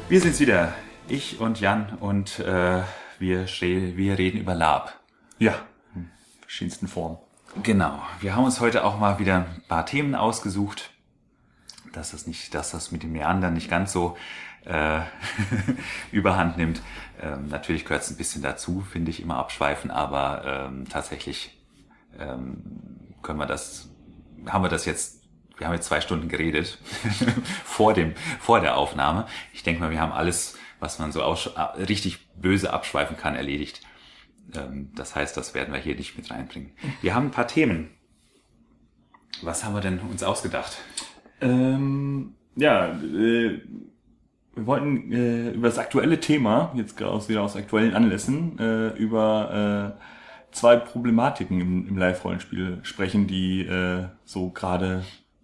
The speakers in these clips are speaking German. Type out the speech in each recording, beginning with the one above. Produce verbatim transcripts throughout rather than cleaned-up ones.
Wir sind's wieder, ich und Jan, und äh, wir, wir reden über Lab. Ja, in verschiedensten Formen. Genau, wir haben uns heute auch mal wieder ein paar Themen ausgesucht, dass das nicht, dass das mit den Meandern nicht ganz so äh, überhand nimmt. Ähm, natürlich gehört es ein bisschen dazu, finde ich, immer abschweifen, aber ähm, tatsächlich ähm, können wir das, haben wir das jetzt, wir haben jetzt zwei Stunden geredet vor dem, vor der Aufnahme. Ich denke mal, wir haben alles, was man so aus, richtig böse abschweifen kann, erledigt. Ähm, das heißt, das werden wir hier nicht mit reinbringen. Wir haben ein paar Themen. Was haben wir denn uns ausgedacht? Ähm, ja, äh, wir wollten äh, über das aktuelle Thema, jetzt aus, wieder aus aktuellen Anlässen, äh, über äh, zwei Problematiken im, im Live-Rollenspiel sprechen, die äh, so gerade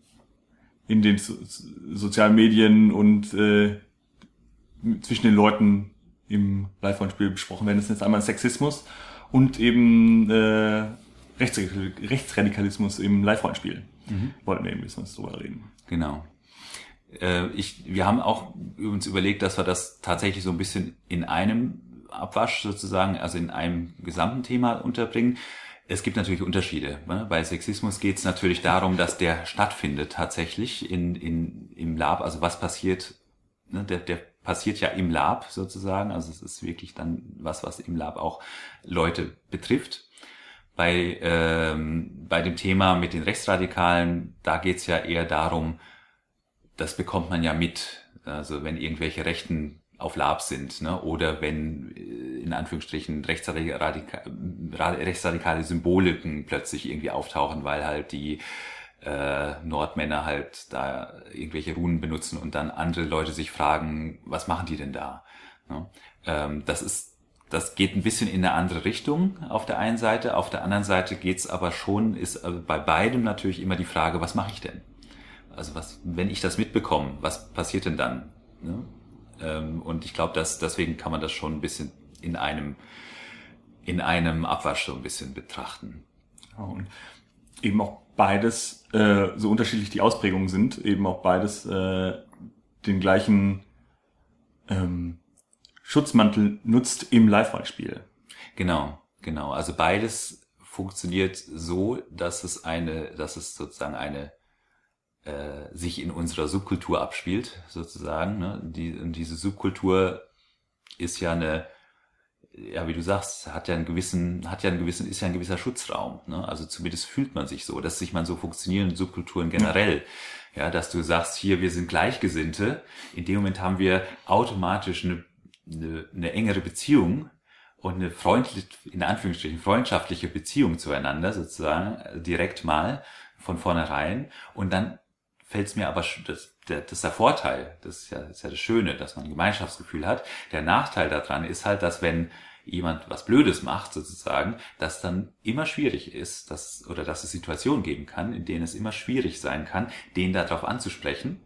in den so sozialen Medien und äh, zwischen den Leuten im Live-Rollenspiel besprochen werden. Das ist jetzt einmal Sexismus und eben äh, Rechtsradikalismus im Live-Rollenspiel. Mhm. Wollten wir eben ein bisschen was drüber reden. Genau. Äh, ich, wir haben auch uns überlegt, dass wir das tatsächlich so ein bisschen in einem Abwasch sozusagen, also in einem gesamten Thema unterbringen. Es gibt natürlich Unterschiede. Ne? Bei Sexismus geht es natürlich darum, dass der stattfindet tatsächlich in, in, im Lab. Also was passiert, ne? der, der passiert ja im Lab sozusagen. Also es ist wirklich dann was, was im Lab auch Leute betrifft. Bei, ähm, bei dem Thema mit den Rechtsradikalen, da geht's ja eher darum, das bekommt man ja mit. Also wenn irgendwelche Rechten auf Lab sind, ne? Oder wenn in Anführungsstrichen rechtsradika- rechtsradikale Symboliken plötzlich irgendwie auftauchen, weil halt die äh, Nordmänner halt da irgendwelche Runen benutzen und dann andere Leute sich fragen, was machen die denn da? Ne? Ähm, das ist, das geht ein bisschen in eine andere Richtung auf der einen Seite, auf der anderen Seite geht's aber schon, ist bei beidem natürlich immer die Frage, was mache ich denn? Also was, wenn ich das mitbekomme, was passiert denn dann? Ne? Ähm, und ich glaube, dass deswegen kann man das schon ein bisschen in einem in einem Abwasch so ein bisschen betrachten. Ja, und eben auch beides, äh, so unterschiedlich die Ausprägungen sind, eben auch beides äh, den gleichen ähm, Schutzmantel nutzt im Live-Rollenspiel. Genau, genau. Also beides funktioniert so, dass es eine, dass es sozusagen eine äh, sich in unserer Subkultur abspielt, sozusagen. Ne? Die, und diese Subkultur ist ja eine, ja, wie du sagst, hat ja einen gewissen, hat ja einen gewissen, ist ja ein gewisser Schutzraum. Ne? Also zumindest fühlt man sich so, dass sich man so funktionieren Subkulturen generell. Ja, dass du sagst, hier, wir sind Gleichgesinnte. In dem Moment haben wir automatisch eine, eine, eine engere Beziehung und eine freundliche, in Anführungsstrichen freundschaftliche Beziehung zueinander, sozusagen, direkt mal von vornherein. Und dann fällt es mir aber, das, das ist der Vorteil, das ist, ja, das ist ja das Schöne, dass man ein Gemeinschaftsgefühl hat. Der Nachteil daran ist halt, dass wenn jemand was Blödes macht, sozusagen, dass dann immer schwierig ist, dass, oder dass es Situationen geben kann, in denen es immer schwierig sein kann, den darauf anzusprechen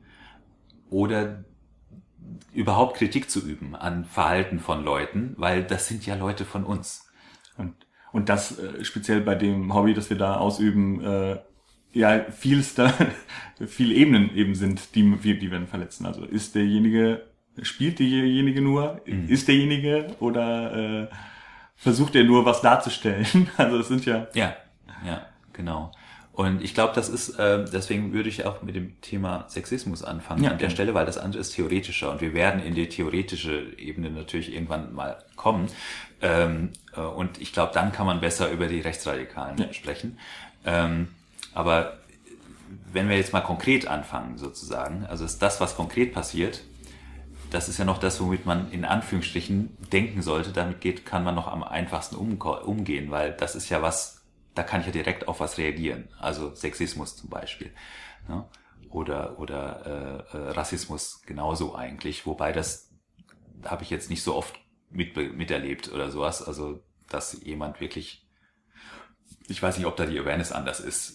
oder überhaupt Kritik zu üben an Verhalten von Leuten, weil das sind ja Leute von uns. Und, und das äh, speziell bei dem Hobby, das wir da ausüben, äh, ja, vieles da, viele Ebenen eben sind, die wir, die wir verletzen. Also ist derjenige, spielt derjenige nur, mhm. ist derjenige oder äh, versucht er nur was darzustellen? Also das sind ja... Ja, ja, genau. Und ich glaube, das ist, äh, deswegen würde ich auch mit dem Thema Sexismus anfangen ja, an der Stelle, weil das andere ist theoretischer und wir werden in die theoretische Ebene natürlich irgendwann mal kommen. Ähm, äh, und ich glaube, dann kann man besser über die Rechtsradikalen ja. sprechen. Ähm, Aber wenn wir jetzt mal konkret anfangen sozusagen, also ist das, was konkret passiert, das ist ja noch das, womit man in Anführungsstrichen denken sollte, damit geht, kann man noch am einfachsten um, umgehen, weil das ist ja was, da kann ich ja direkt auf was reagieren, also Sexismus zum Beispiel, ne? oder oder äh, Rassismus genauso eigentlich, wobei das habe ich jetzt nicht so oft mit, miterlebt oder sowas, also dass jemand wirklich, ich weiß nicht, ob da die Awareness anders ist,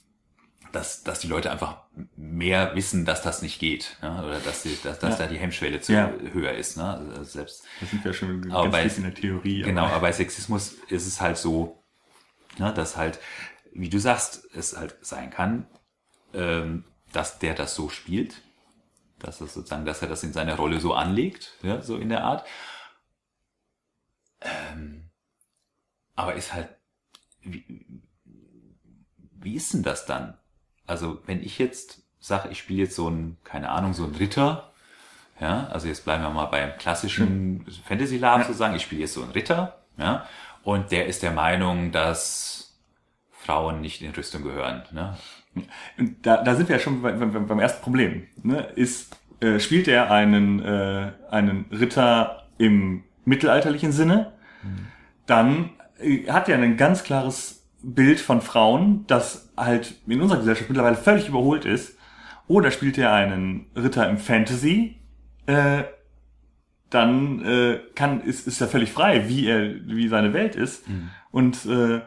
dass dass die Leute einfach mehr wissen, dass das nicht geht, ne? Oder dass, die, dass, dass ja. da die Hemmschwelle zu ja. höher ist. Ne? Also selbst, das sind wir schon ganz bei, in der Theorie. Genau, aber. aber bei Sexismus ist es halt so, ne, dass halt, wie du sagst, es halt sein kann, ähm, dass der das so spielt dass es sozusagen, dass er das in seiner Rolle so anlegt, ja, so in der Art. Ähm, aber ist halt, wie, wie ist denn das dann? Also wenn ich jetzt sage, ich spiele jetzt so ein, keine Ahnung, so ein Ritter, ja, also jetzt bleiben wir mal beim klassischen mhm. Fantasy Lab sozusagen, ich spiele jetzt so einen Ritter, ja, und der ist der Meinung, dass Frauen nicht in Rüstung gehören, ne? Und da, da sind wir ja schon beim, beim ersten Problem, ne? Ist, äh, spielt er einen, äh, einen Ritter im mittelalterlichen Sinne, mhm. dann äh, hat er ein ganz klares Bild von Frauen, das halt in unserer Gesellschaft mittlerweile völlig überholt ist. Oder spielt er einen Ritter im Fantasy, äh, dann äh, kann ist ist er völlig frei, wie er wie seine Welt ist. Mhm. Und äh,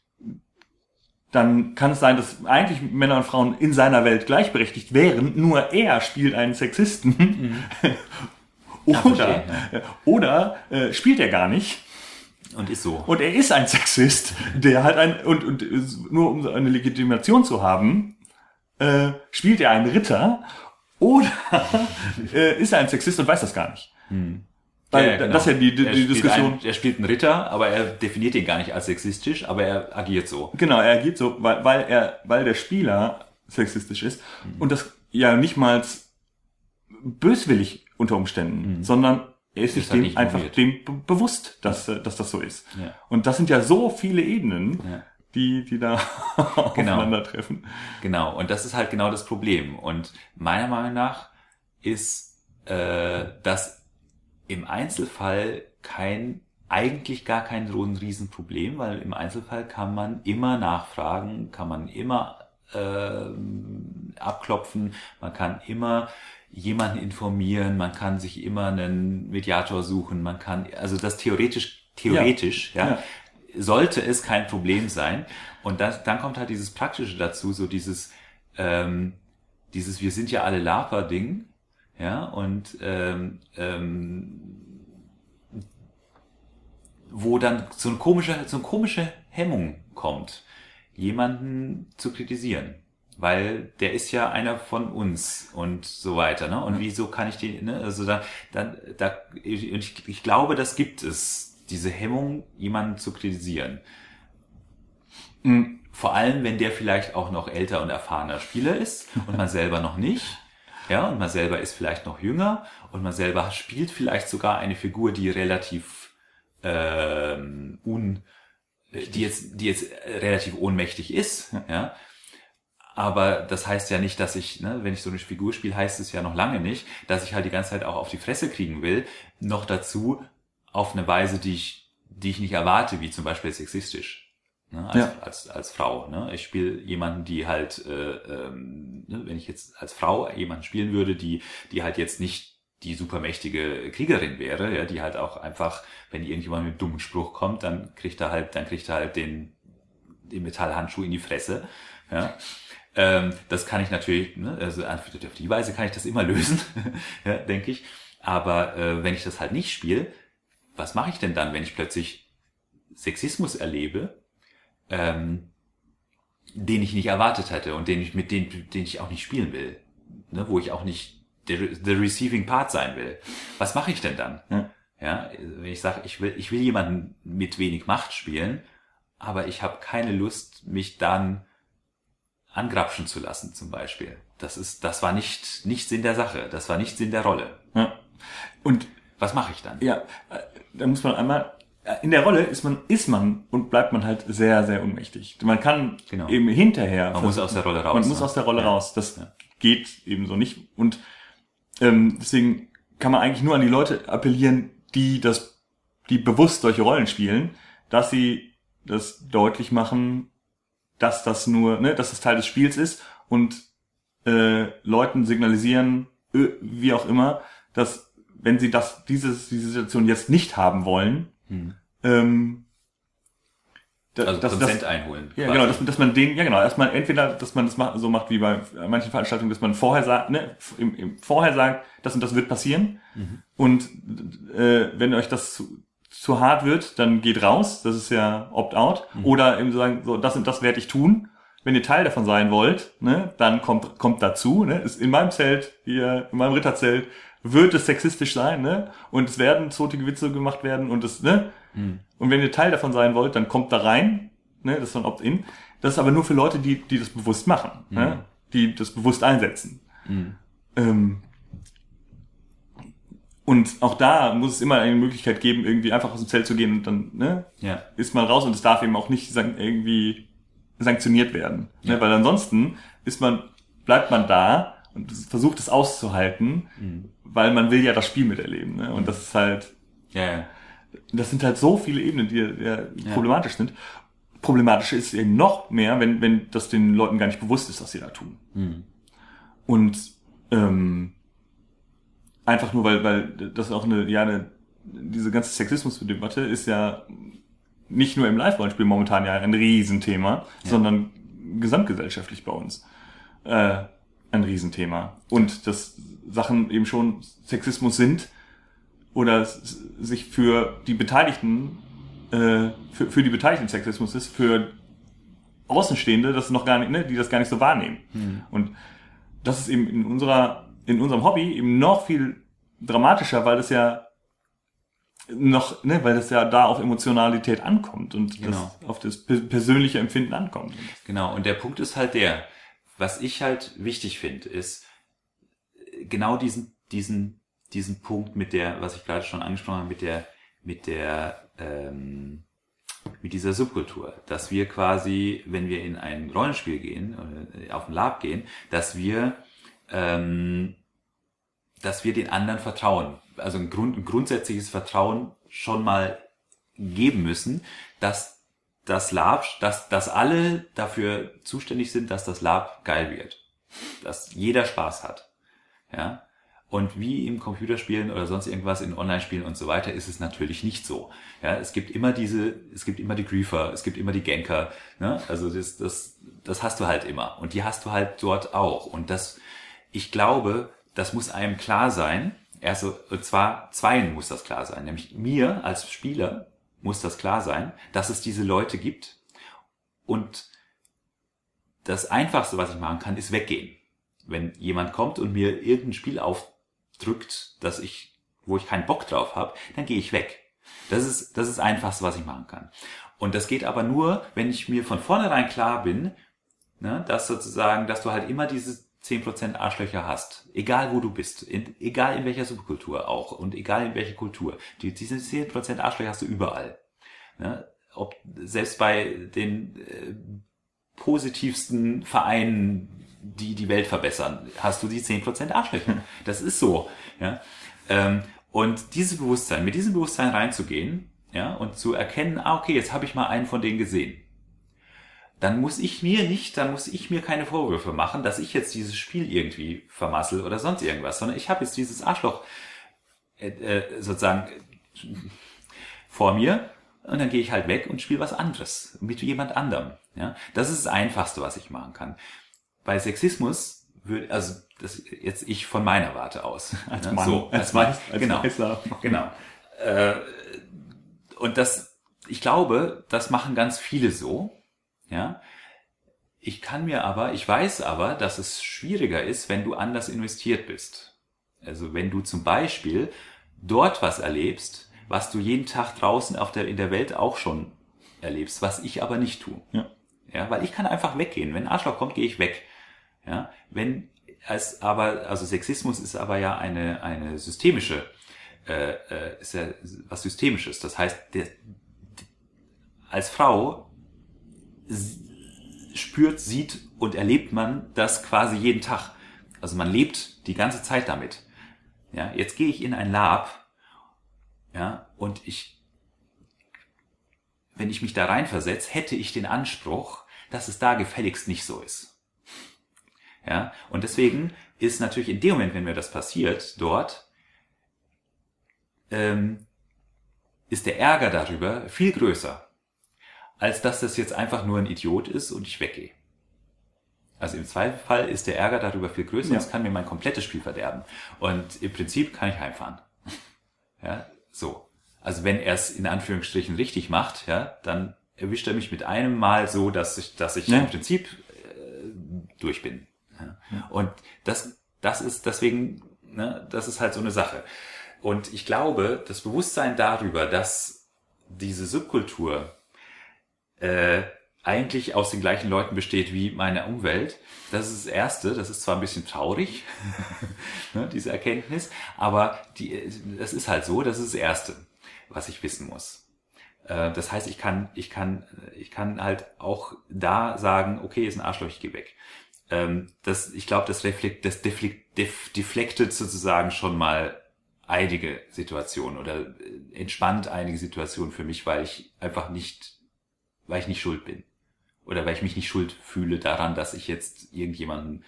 dann kann es sein, dass eigentlich Männer und Frauen in seiner Welt gleichberechtigt wären, nur er spielt einen Sexisten. Mhm. oder ja. oder äh, spielt er gar nicht. Und ist so. Und er ist ein Sexist, der halt ein, und, und nur um eine Legitimation zu haben, äh, spielt er einen Ritter oder äh, ist er ein Sexist und weiß das gar nicht. Hm. Weil ja, ja, genau. Das ist ja die, die, die Diskussion. Ein, er spielt einen Ritter, aber er definiert ihn gar nicht als sexistisch, aber er agiert so. Genau, er agiert so, weil, weil er, weil der Spieler sexistisch ist hm. und das ja nicht mal böswillig unter Umständen, hm. sondern er ist sich dem einfach dem be- bewusst, dass, ja. dass das so ist. Ja. Und das sind ja so viele Ebenen, ja. die, die da genau. aufeinandertreffen. Genau. Und das ist halt genau das Problem. Und meiner Meinung nach ist, äh, das im Einzelfall kein, eigentlich gar kein so ein Riesenproblem, weil im Einzelfall kann man immer nachfragen, kann man immer, äh, abklopfen, man kann immer jemanden informieren, man kann sich immer einen Mediator suchen, man kann, also das theoretisch, theoretisch, ja, ja, ja. sollte es kein Problem sein. Und das, dann kommt halt dieses Praktische dazu, so dieses, ähm, dieses, wir sind ja alle Laper-Ding, ja, und, ähm, ähm, wo dann so eine komische, so eine komische Hemmung kommt, jemanden zu kritisieren. Weil der ist ja einer von uns und so weiter, ne? Und wieso kann ich den, ne? Also da, da, da, ich, ich glaube, das gibt es, diese Hemmung, jemanden zu kritisieren. Mhm. Vor allem, wenn der vielleicht auch noch älter und erfahrener Spieler ist und man selber noch nicht. Ja, und man selber ist vielleicht noch jünger und man selber spielt vielleicht sogar eine Figur, die relativ, ähm, un, die jetzt, die jetzt relativ ohnmächtig ist, ja. Aber das heißt ja nicht, dass ich, ne, wenn ich so eine Figur spiele, heißt es ja noch lange nicht, dass ich halt die ganze Zeit auch auf die Fresse kriegen will. Noch dazu auf eine Weise, die ich, die ich nicht erwarte, wie zum Beispiel sexistisch, ne, als, ja. als, als Frau. Ne. Ich spiele jemanden, die halt, äh, ähm, ne, wenn ich jetzt als Frau jemanden spielen würde, die, die halt jetzt nicht die supermächtige Kriegerin wäre, ja, die halt auch einfach, wenn irgendjemand mit einem dummen Spruch kommt, dann kriegt er halt, dann kriegt er halt den, den Metallhandschuh in die Fresse, ja. Ähm, das kann ich natürlich, ne, also auf die Weise kann ich das immer lösen, ja, denke ich. Aber äh, wenn ich das halt nicht spiele, was mache ich denn dann, wenn ich plötzlich Sexismus erlebe, ähm, den ich nicht erwartet hätte und den ich mit den, den ich auch nicht spielen will, ne, wo ich auch nicht der, the receiving part sein will. Was mache ich denn dann? Hm. Ja, wenn ich sage, ich will, ich will jemanden mit wenig Macht spielen, aber ich habe keine Lust, mich dann angrapschen zu lassen, zum Beispiel. Das ist, das war nicht, nicht Sinn der Sache. Das war nicht Sinn der Rolle. Ja. Und was mache ich dann? Ja, da muss man einmal, in der Rolle ist man, ist man und bleibt man halt sehr, sehr ohnmächtig. Man kann genau. eben hinterher. Man muss aus der Rolle raus. Man ne? muss aus der Rolle ja. raus. Das ja. geht eben so nicht. Und ähm, deswegen kann man eigentlich nur an die Leute appellieren, die das, die bewusst solche Rollen spielen, dass sie das deutlich machen, dass das nur, ne, dass das Teil des Spiels ist und äh, Leuten signalisieren, äh, wie auch immer, dass wenn sie das, dieses, diese Situation jetzt nicht haben wollen, hm. ähm, da, also dass, Konsent das, einholen. Ja, quasi. Genau, dass, dass man den, ja genau, erstmal entweder, dass man das macht, so macht wie bei manchen Veranstaltungen, dass man vorher sagt, ne, im, im vorher sagt, das und das wird passieren mhm. und äh, wenn euch das zu, zu hart wird, dann geht raus, das ist ja Opt-out. Mhm. Oder eben sagen, so, das und das werde ich tun. wenn ihr Teil davon sein wollt, ne, dann kommt kommt dazu, ne, ist in meinem Zelt, hier in meinem Ritterzelt wird es sexistisch sein, ne, und es werden zotige Witze gemacht werden und es, ne, hm. und wenn ihr Teil davon sein wollt, dann kommt da rein, ne, das ist so ein Opt-in. Das ist aber nur für Leute, die die das bewusst machen, hm. ne, die das bewusst einsetzen. Hm. Ähm, und auch da muss es immer eine Möglichkeit geben, irgendwie einfach aus dem Zelt zu gehen und dann, ne, ja. ist man raus und es darf eben auch nicht irgendwie sanktioniert werden, ja. ne, weil ansonsten ist man, bleibt man da und versucht es auszuhalten, mhm. weil man will ja das Spiel miterleben, ne, und das ist halt, ja, ja. das sind halt so viele Ebenen, die ja, ja. problematisch sind. Problematisch ist eben noch mehr, wenn wenn das den Leuten gar nicht bewusst ist, was sie da tun. Mhm. Und ähm, einfach nur, weil weil das auch eine, ja, eine, diese ganze Sexismus-Debatte ist ja nicht nur im Live-Rollenspiel momentan ja ein Riesenthema, ja. sondern gesamtgesellschaftlich bei uns äh, ein Riesenthema. Und dass Sachen eben schon Sexismus sind oder sich für die Beteiligten, äh, für, für die Beteiligten Sexismus ist, für Außenstehende, das noch gar nicht, ne, die das gar nicht so wahrnehmen. Hm. Und das ist eben in unserer, in unserem Hobby eben noch viel dramatischer, weil das ja noch, ne, weil das ja da auf Emotionalität ankommt und genau. das auf das persönliche Empfinden ankommt. Genau, und der Punkt ist halt der, was ich halt wichtig finde, ist genau diesen, diesen, diesen Punkt mit der, was ich gerade schon angesprochen habe, mit der, mit der, ähm, mit dieser Subkultur, dass wir quasi, wenn wir in ein Rollenspiel gehen, oder auf ein Lab gehen, dass wir, ähm, dass wir den anderen vertrauen. Also ein, Grund, ein grundsätzliches Vertrauen schon mal geben müssen, dass das Lab, dass, dass alle dafür zuständig sind, dass das Lab geil wird. Dass jeder Spaß hat. Ja. Und wie im Computerspielen oder sonst irgendwas in Online-Spielen und so weiter ist es natürlich nicht so. Ja, es gibt immer diese, es gibt immer die Griefer, es gibt immer die Ganker. Ne? Also das, das, das hast du halt immer. Und die hast du halt dort auch. Und das, ich glaube, das muss einem klar sein. Also, und zwar zweien muss das klar sein. Nämlich mir als Spieler muss das klar sein, dass es diese Leute gibt. Und das Einfachste, was ich machen kann, ist weggehen. Wenn jemand kommt und mir irgendein Spiel aufdrückt, dass ich, wo ich keinen Bock drauf habe, dann gehe ich weg. Das ist, das ist das Einfachste, was ich machen kann. Und das geht aber nur, wenn ich mir von vornherein klar bin, ne, dass sozusagen, dass du halt immer diese zehn Prozent Arschlöcher hast. Egal wo du bist. In, egal in welcher Subkultur auch. Und egal in welcher Kultur. Die, diese zehn Prozent Arschlöcher hast du überall. Ne? Ob, selbst bei den äh, positivsten Vereinen, die die Welt verbessern, hast du die zehn Prozent Arschlöcher. Das ist so. Ja? Ähm, und dieses Bewusstsein, mit diesem Bewusstsein reinzugehen, ja, und zu erkennen, ah, okay, jetzt habe ich mal einen von denen gesehen. Dann muss ich mir nicht, dann muss ich mir keine Vorwürfe machen, dass ich jetzt dieses Spiel irgendwie vermassel oder sonst irgendwas, sondern ich habe jetzt dieses Arschloch äh, äh, sozusagen äh, vor mir und dann gehe ich halt weg und spiele was anderes mit jemand anderem. Ja, das ist das Einfachste, was ich machen kann. Bei Sexismus würde, also das jetzt ich von meiner Warte aus, als ja, Mann, so, als, als, Weiß, als genau, Weißer. genau. Äh, und das, ich glaube, das machen ganz viele so. Ja, ich kann mir aber, ich weiß aber, dass es schwieriger ist, wenn du anders investiert bist. Also wenn du zum Beispiel dort was erlebst, was du jeden Tag draußen auf der, in der Welt auch schon erlebst, was ich aber nicht tue. Ja. Ja, weil ich kann einfach weggehen. Wenn ein Arschloch kommt, gehe ich weg. Ja, wenn es aber, also Sexismus ist aber ja eine, eine systemische, äh, äh, ist ja was Systemisches. Das heißt, der, als Frau spürt, sieht und erlebt man das quasi jeden Tag. Also man lebt die ganze Zeit damit. Ja, jetzt gehe ich in ein Lab, ja, und ich, wenn ich mich da reinversetze, hätte ich den Anspruch, dass es da gefälligst nicht so ist. Ja, und deswegen ist natürlich in dem Moment, wenn mir das passiert, dort, ähm, ist der Ärger darüber viel größer, als dass das jetzt einfach nur ein Idiot ist und ich weggehe. Also im Zweifelsfall ist der Ärger darüber viel größer, ja. Und es kann mir mein komplettes Spiel verderben. Und im Prinzip kann ich heimfahren. Ja, so. Also wenn er es in Anführungsstrichen richtig macht, ja, dann erwischt er mich mit einem Mal so, dass ich, dass ich ja. im Prinzip durch bin. Ja. Und das, das ist deswegen, ne, das ist halt so eine Sache. Und ich glaube, das Bewusstsein darüber, dass diese Subkultur äh, eigentlich aus den gleichen Leuten besteht wie meine Umwelt, das ist das Erste. Das ist zwar ein bisschen traurig, ne, diese Erkenntnis, aber die, das ist halt so, das ist das Erste, was ich wissen muss. Äh, das heißt, ich kann, ich kann, ich kann halt auch da sagen, okay, ist ein Arschloch, ich geh weg. Ähm, das, ich glaube, das reflekt, das deflekt, def, deflektet sozusagen schon mal einige Situationen oder entspannt einige Situationen für mich, weil ich einfach nicht, weil ich nicht schuld bin. Oder weil ich mich nicht schuld fühle daran, dass ich jetzt irgendjemanden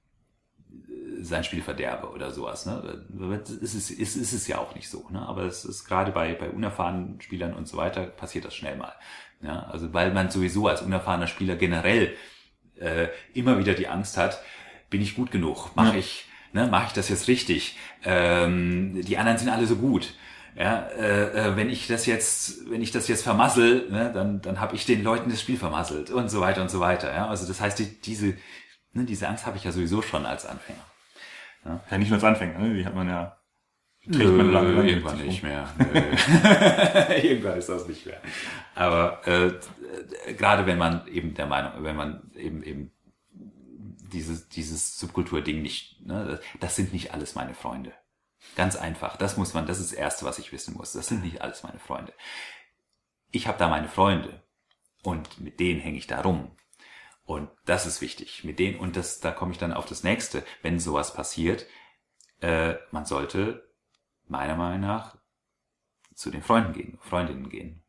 sein Spiel verderbe oder sowas. Ne? Es ist, es ist es ja auch nicht so. Ne? Aber es ist gerade bei, bei unerfahrenen Spielern und so weiter, passiert das schnell mal. Ja? Also weil man sowieso als unerfahrener Spieler generell äh, immer wieder die Angst hat, bin ich gut genug? Mache ja. ich, ne, mache ich das jetzt richtig? Ähm, die anderen sind alle so gut. Ja, äh, wenn ich das jetzt, wenn ich das jetzt vermassel, ne, dann, dann habe ich den Leuten das Spiel vermasselt und so weiter und so weiter. Ja, also das heißt, die, diese, ne, diese Angst habe ich ja sowieso schon als Anfänger. Ja, ja nicht nur als Anfänger, ne? Die hat man ja. Nö, man lange, lange irgendwann nicht mehr. Irgendwann ist das nicht mehr. Aber äh, gerade wenn man eben der Meinung, wenn man eben eben dieses dieses Subkultur-Ding nicht, ne, das sind nicht alles meine Freunde. Ganz einfach. Das muss man, das ist das Erste, was ich wissen muss. Das sind nicht alles meine Freunde. Ich habe da meine Freunde und mit denen hänge ich da rum. Und das ist wichtig. Mit denen, und das, da komme ich dann auf das Nächste. Wenn sowas passiert, äh, man sollte meiner Meinung nach zu den Freunden gehen, Freundinnen gehen.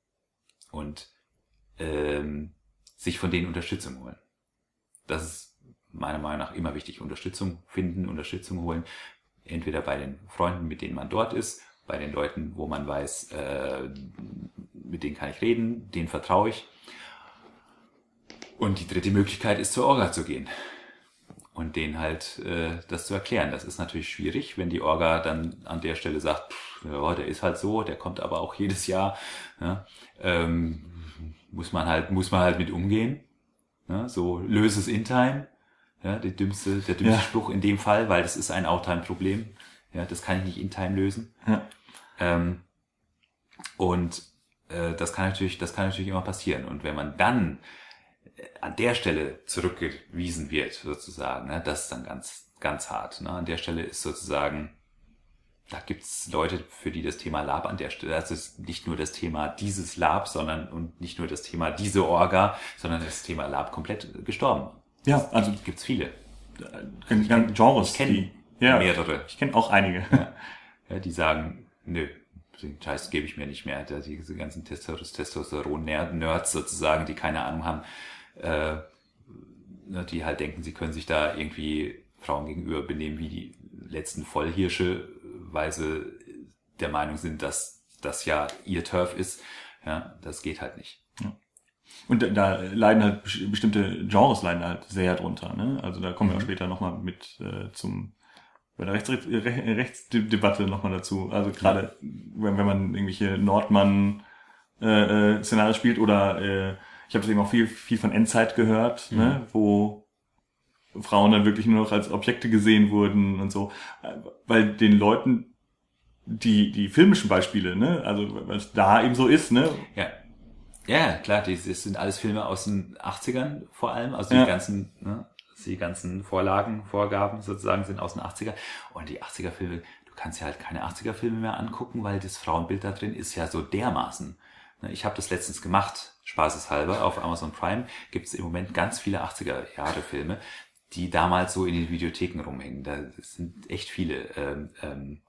Und ähm, sich von denen Unterstützung holen. Das ist meiner Meinung nach immer wichtig. Unterstützung finden, Unterstützung holen. Entweder bei den Freunden, mit denen man dort ist, bei den Leuten, wo man weiß, äh, mit denen kann ich reden, denen vertraue ich. Und die dritte Möglichkeit ist, zur Orga zu gehen und denen halt äh, das zu erklären. Das ist natürlich schwierig, wenn die Orga dann an der Stelle sagt, pff, ja, der ist halt so, der kommt aber auch jedes Jahr. Ja, ähm, muss man halt muss man halt mit umgehen. Ja, so löse es in time. Ja, der dümmste, der dümmste ja. Spruch in dem Fall, weil das ist ein Outtime-Problem. Ja, das kann ich nicht in Time lösen. Ja. Ähm, und äh, das kann natürlich, das kann natürlich immer passieren. Und wenn man dann an der Stelle zurückgewiesen wird, sozusagen, ne, das ist dann ganz, ganz hart. Ne? An der Stelle ist sozusagen, da gibt's Leute, für die das Thema Lab an der Stelle, das ist nicht nur das Thema dieses Lab, sondern und nicht nur das Thema diese Orga, sondern das Thema Lab komplett gestorben. Ja, also gibt's viele. Genres. Ich kenne ja, mehrere. Ich kenne auch einige. Ja, ja, die sagen, nö, den Scheiß gebe ich mir nicht mehr. Diese ganzen Testosteron-Nerds sozusagen, die keine Ahnung haben, äh, die halt denken, sie können sich da irgendwie Frauen gegenüber benehmen wie die letzten Vollhirsche, weil sie der Meinung sind, dass das ja ihr Turf ist. Ja, das geht halt nicht. Ja. Und da leiden halt bestimmte Genres leiden halt sehr drunter, ne? Also da kommen wir auch später nochmal mit äh, zum bei der Rechts Rechtsdebatte nochmal dazu. Also gerade wenn, wenn man irgendwelche Nordmann äh, äh, Szenarien spielt oder äh, ich habe eben auch viel viel von Endzeit gehört, mhm. ne? Wo Frauen dann wirklich nur noch als Objekte gesehen wurden und so, weil den Leuten die die filmischen Beispiele, ne? Also weil es da eben so ist, ne? Ja. Ja, klar, das sind alles Filme aus den achtzigern vor allem, also die ja. ganzen, ne, die ganzen Vorlagen, Vorgaben sozusagen sind aus den achtzigern und die achtziger-Filme, du kannst ja halt keine achtziger-Filme mehr angucken, weil das Frauenbild da drin ist ja so dermaßen. Ich habe das letztens gemacht, spaßeshalber, auf Amazon Prime gibt es im Moment ganz viele achtziger-Jahre-Filme, die damals so in den Videotheken rumhängen. Da sind echt viele. Ähm, ähm,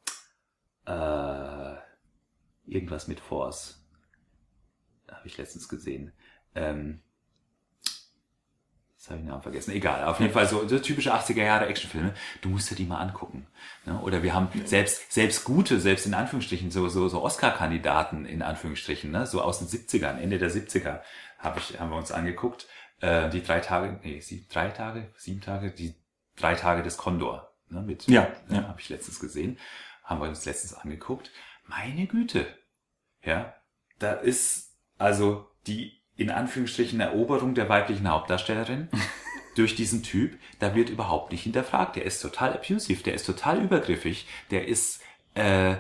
äh, irgendwas mit Force. Habe ich letztens gesehen. Ähm, das habe ich den Namen vergessen. Egal, auf jeden Fall so, so typische achtziger Jahre Actionfilme. Du musst dir die mal angucken. Ne? Oder wir haben selbst selbst gute, selbst in Anführungsstrichen, so so so Oscar-Kandidaten in Anführungsstrichen, ne? So aus den siebzigern, Ende der siebziger habe ich haben wir uns angeguckt. Äh, die drei Tage, nee, sieben, drei Tage, sieben Tage, die drei Tage des Kondor. Ne? Mit, ja, ne? ja. Habe ich letztens gesehen. Haben wir uns letztens angeguckt. Meine Güte. Ja, da ist also die in Anführungsstrichen Eroberung der weiblichen Hauptdarstellerin durch diesen Typ, da wird überhaupt nicht hinterfragt. Der ist total abusive, der ist total übergriffig, der ist äh,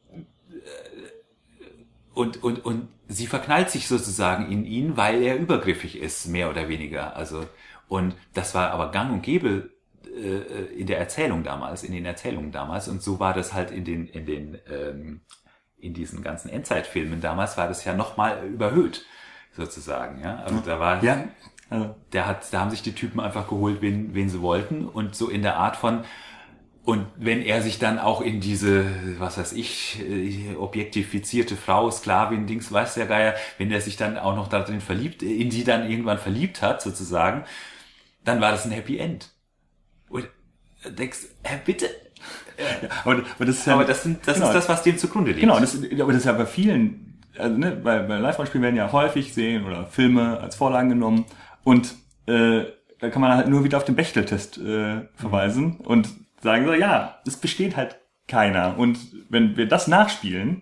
und und und sie verknallt sich sozusagen in ihn, weil er übergriffig ist, mehr oder weniger. Also und das war aber gang und gäbe äh, in der Erzählung damals, in den Erzählungen damals, und so war das halt in den in den ähm, in diesen ganzen Endzeitfilmen damals, war das ja nochmal überhöht sozusagen, ja. Also da war ja. Also. Der hat, da haben sich die Typen einfach geholt, wen, wen sie wollten, und so in der Art von, und wenn er sich dann auch in diese, was weiß ich, objektifizierte Frau, Sklavin, Dings, weiß der Geier, wenn er sich dann auch noch darin verliebt, in die dann irgendwann verliebt hat, sozusagen, dann war das ein Happy End. Und du denkst, hä, bitte? Ja, aber, aber das ist ja, aber das, sind, das genau, ist das, was dem zugrunde liegt. Genau, das, aber das ist ja bei vielen, also ne, bei, bei Live-Rollenspielen werden ja häufig Serien oder Filme als Vorlagen genommen, und äh, da kann man halt nur wieder auf den Bechtel-Test äh, verweisen mhm. und sagen so, ja, es besteht halt keiner. Und wenn wir das nachspielen,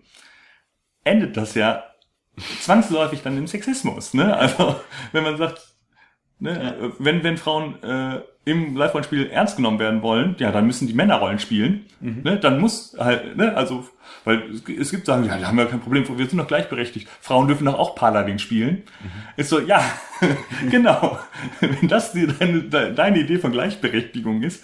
endet das ja zwangsläufig dann im Sexismus. Ne? Also wenn man sagt, ne, ja. wenn wenn Frauen äh, im Live-Rollenspiel ernst genommen werden wollen, ja, dann müssen die Männerrollen spielen. Mhm. Ne? Dann muss halt, ne, also, weil es, es gibt Sachen, ja, da haben wir kein Problem, wir sind doch gleichberechtigt. Frauen dürfen doch auch Paladin spielen. Mhm. Ist so, ja, genau. Wenn das die, deine, deine Idee von Gleichberechtigung ist,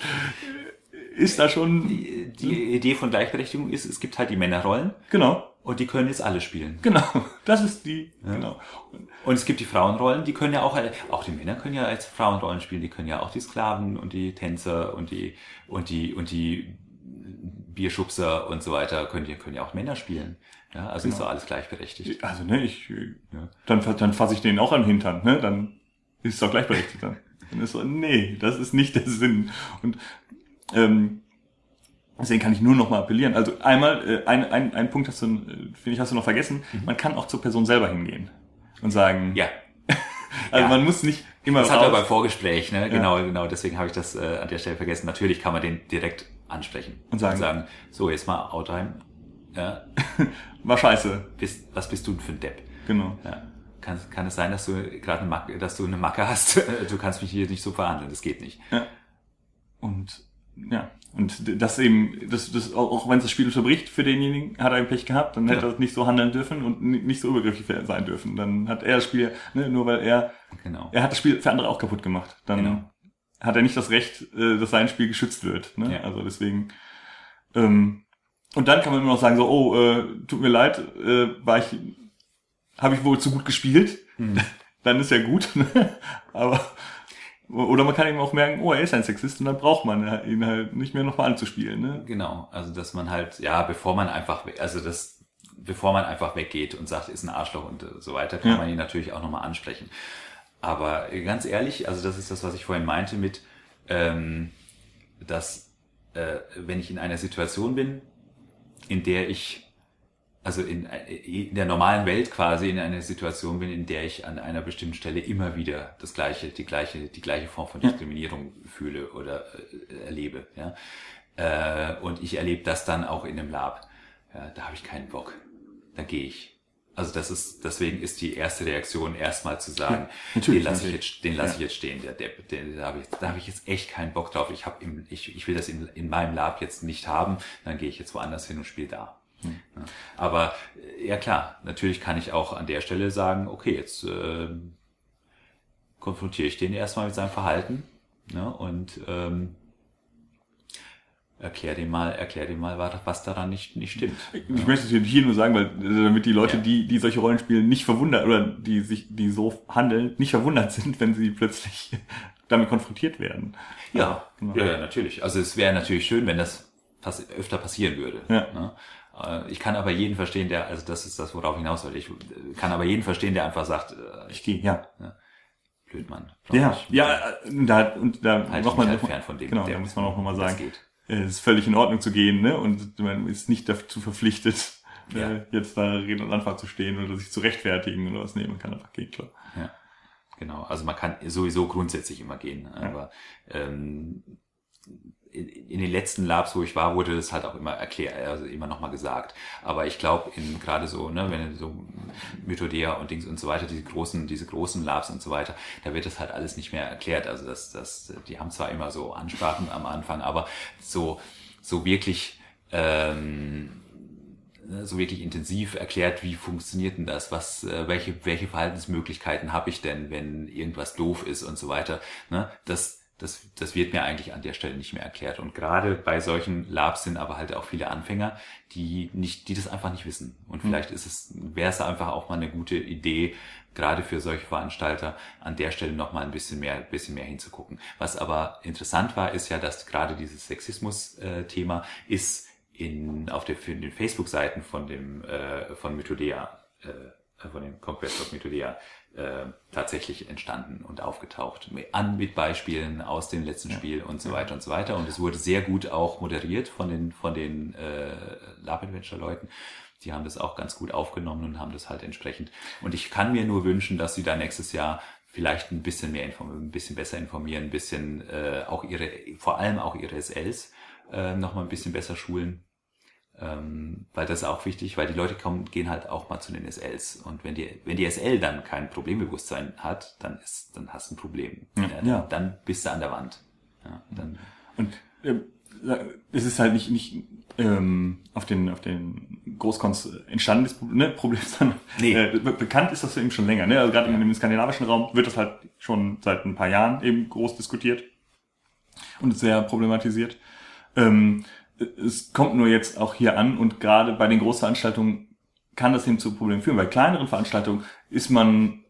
ist da schon... Die, die Idee von Gleichberechtigung ist, es gibt halt die Männerrollen. Genau. Und die können jetzt alle spielen. Genau, das ist die, ja. Genau. Und es gibt die Frauenrollen, die können ja auch, auch die Männer können ja als Frauenrollen spielen, die können ja auch die Sklaven und die Tänzer und die, und die, und die Bierschubser und so weiter, können, die können ja auch Männer spielen. Ja, also genau. Ist doch alles gleichberechtigt. Also, ne, ich, ja. dann, dann fasse ich denen auch an den Hintern, ne, dann ist es doch gleichberechtigt dann. Dann ist so, nee, das ist nicht der Sinn. Und, ähm, deswegen kann ich nur noch mal appellieren. Also einmal, äh, ein, ein, ein Punkt hast du, äh, finde ich, hast du noch vergessen. Mhm. Man kann auch zur Person selber hingehen und sagen. Ja. Also ja. Man muss nicht immer. Das hat er beim Vorgespräch, ne? Ja. Genau, genau. Deswegen habe ich das äh, an der Stelle vergessen. Natürlich kann man den direkt ansprechen und sagen, und sagen so jetzt mal Outtime. Ja. War scheiße. Bist, was bist du denn für ein Depp? Genau. Ja. Kann, kann es sein, dass du gerade eine Macke, dass du eine Macke hast? Du kannst mich hier nicht so verhandeln. Das geht nicht. Ja. Und ja. Und das eben, das, das, auch wenn es das Spiel unterbricht für denjenigen, hat er ein Pech gehabt, dann hätte ja. er nicht so handeln dürfen und nicht so übergriffig sein dürfen. Dann hat er das Spiel, ne, nur weil er, genau. er hat das Spiel für andere auch kaputt gemacht. Dann genau. hat er nicht das Recht, dass sein Spiel geschützt wird. Ne? Ja. Also deswegen, ähm, und dann kann man immer noch sagen so, oh, äh, tut mir leid, äh, war ich, habe ich wohl zu gut gespielt. Hm. Dann ist ja gut, ne? Aber oder man kann eben auch merken, oh, er ist ein Sexist, und dann braucht man ihn halt nicht mehr nochmal anzuspielen, ne? Genau, also dass man halt, ja, bevor man einfach, also das, bevor man einfach weggeht und sagt, ist ein Arschloch und so weiter, kann ja. man ihn natürlich auch nochmal ansprechen. Aber ganz ehrlich, also das ist das, was ich vorhin meinte mit, ähm, dass äh, wenn ich in einer Situation bin, in der ich also in, in der normalen Welt quasi in einer Situation bin, in der ich an einer bestimmten Stelle immer wieder das gleiche, die gleiche, die gleiche Form von Diskriminierung ja. fühle oder äh, erlebe, ja. Äh, und ich erlebe das dann auch in einem Lab. Ja, da habe ich keinen Bock. Da gehe ich. Also das ist, deswegen ist die erste Reaktion erstmal zu sagen, ja, den lasse ich jetzt, den lasse ja. ich jetzt stehen, der Depp, den, da habe ich, da habe ich jetzt echt keinen Bock drauf. Ich habe im, ich, ich will das in, in meinem Lab jetzt nicht haben. Dann gehe ich jetzt woanders hin und spiele da. Hm. Aber ja klar, natürlich kann ich auch an der Stelle sagen, okay, jetzt äh, konfrontiere ich den erstmal mit seinem Verhalten, ne, und ähm, erklär dem mal, erklär dem mal, was daran nicht nicht stimmt. Ich ja. möchte es hier nur sagen, weil damit die Leute, ja. die die solche Rollen spielen, nicht verwundert oder die sich die so handeln, nicht verwundert sind, wenn sie plötzlich damit konfrontiert werden. Ja, genau. ja, ja, natürlich. Also es wäre natürlich schön, wenn das pass- öfter passieren würde. Ja. Ne? Ich kann aber jeden verstehen, der, also das ist das, worauf ich hinaus will. Ich kann aber jeden verstehen, der einfach sagt, äh, ich gehe, ja. ja. Blöd, Mann. Ja, ich, ja, da, und da halt noch mal halt fern von dem. Genau, der, da muss man auch nochmal sagen, geht. Es ist völlig in Ordnung zu gehen, ne, und man ist nicht dazu verpflichtet, ja. äh, jetzt da Reden und Antwort zu stehen oder sich zu rechtfertigen oder was. Nee, man kann einfach gehen, klar. Ja, genau. Also man kann sowieso grundsätzlich immer gehen, aber ja. ähm, in den letzten Labs, wo ich war, wurde das halt auch immer erklärt, also immer nochmal gesagt. Aber ich glaube, in gerade so, ne, wenn so Mythodea und Dings und so weiter, diese großen, diese großen Labs und so weiter, da wird das halt alles nicht mehr erklärt. Also das, das, die haben zwar immer so Ansprachen am Anfang, aber so, so wirklich, ähm, so wirklich intensiv erklärt, wie funktioniert denn das, was, äh, welche, welche Verhaltensmöglichkeiten habe ich denn, wenn irgendwas doof ist und so weiter, ne, das, das, das wird mir eigentlich an der Stelle nicht mehr erklärt. Und gerade bei solchen Labs sind aber halt auch viele Anfänger, die nicht, die das einfach nicht wissen. Und vielleicht ist es, wäre es einfach auch mal eine gute Idee, gerade für solche Veranstalter an der Stelle noch mal ein bisschen mehr, bisschen mehr hinzugucken. Was aber interessant war, ist ja, dass gerade dieses Sexismus-Thema ist in, auf der, in den Facebook-Seiten von dem, äh, von Mythodea, äh, von dem Conquest of Mythodea, äh, tatsächlich entstanden und aufgetaucht. An, mit Beispielen aus dem letzten ja. Spiel und so weiter und so weiter. Und es wurde sehr gut auch moderiert von den, von den, äh, Lab-Adventure-Leuten. Die haben das auch ganz gut aufgenommen und haben das halt entsprechend. Und ich kann mir nur wünschen, dass sie da nächstes Jahr vielleicht ein bisschen mehr informieren, ein bisschen besser informieren, ein bisschen, äh, auch ihre, vor allem auch ihre S Ls, äh, noch mal ein bisschen besser schulen. Ähm, weil das ist auch wichtig, weil die Leute kommen, gehen halt auch mal zu den S Ls. Und wenn die, wenn die S L dann kein Problembewusstsein hat, dann ist, dann hast du ein Problem. Ja. Ja, Ja. Dann bist du an der Wand. Ja, dann. Und äh, es ist halt nicht, nicht ähm, auf den, auf den Großcons entstandenes ne, Problem, sondern Nee. äh, be- bekannt ist das eben schon länger. Ne? Also gerade ja. in dem skandinavischen Raum wird das halt schon seit ein paar Jahren eben groß diskutiert und sehr problematisiert. Ähm, Es kommt nur jetzt auch hier an und gerade bei den Großveranstaltungen kann das eben zu Problemen führen. Bei kleineren Veranstaltungen ist man,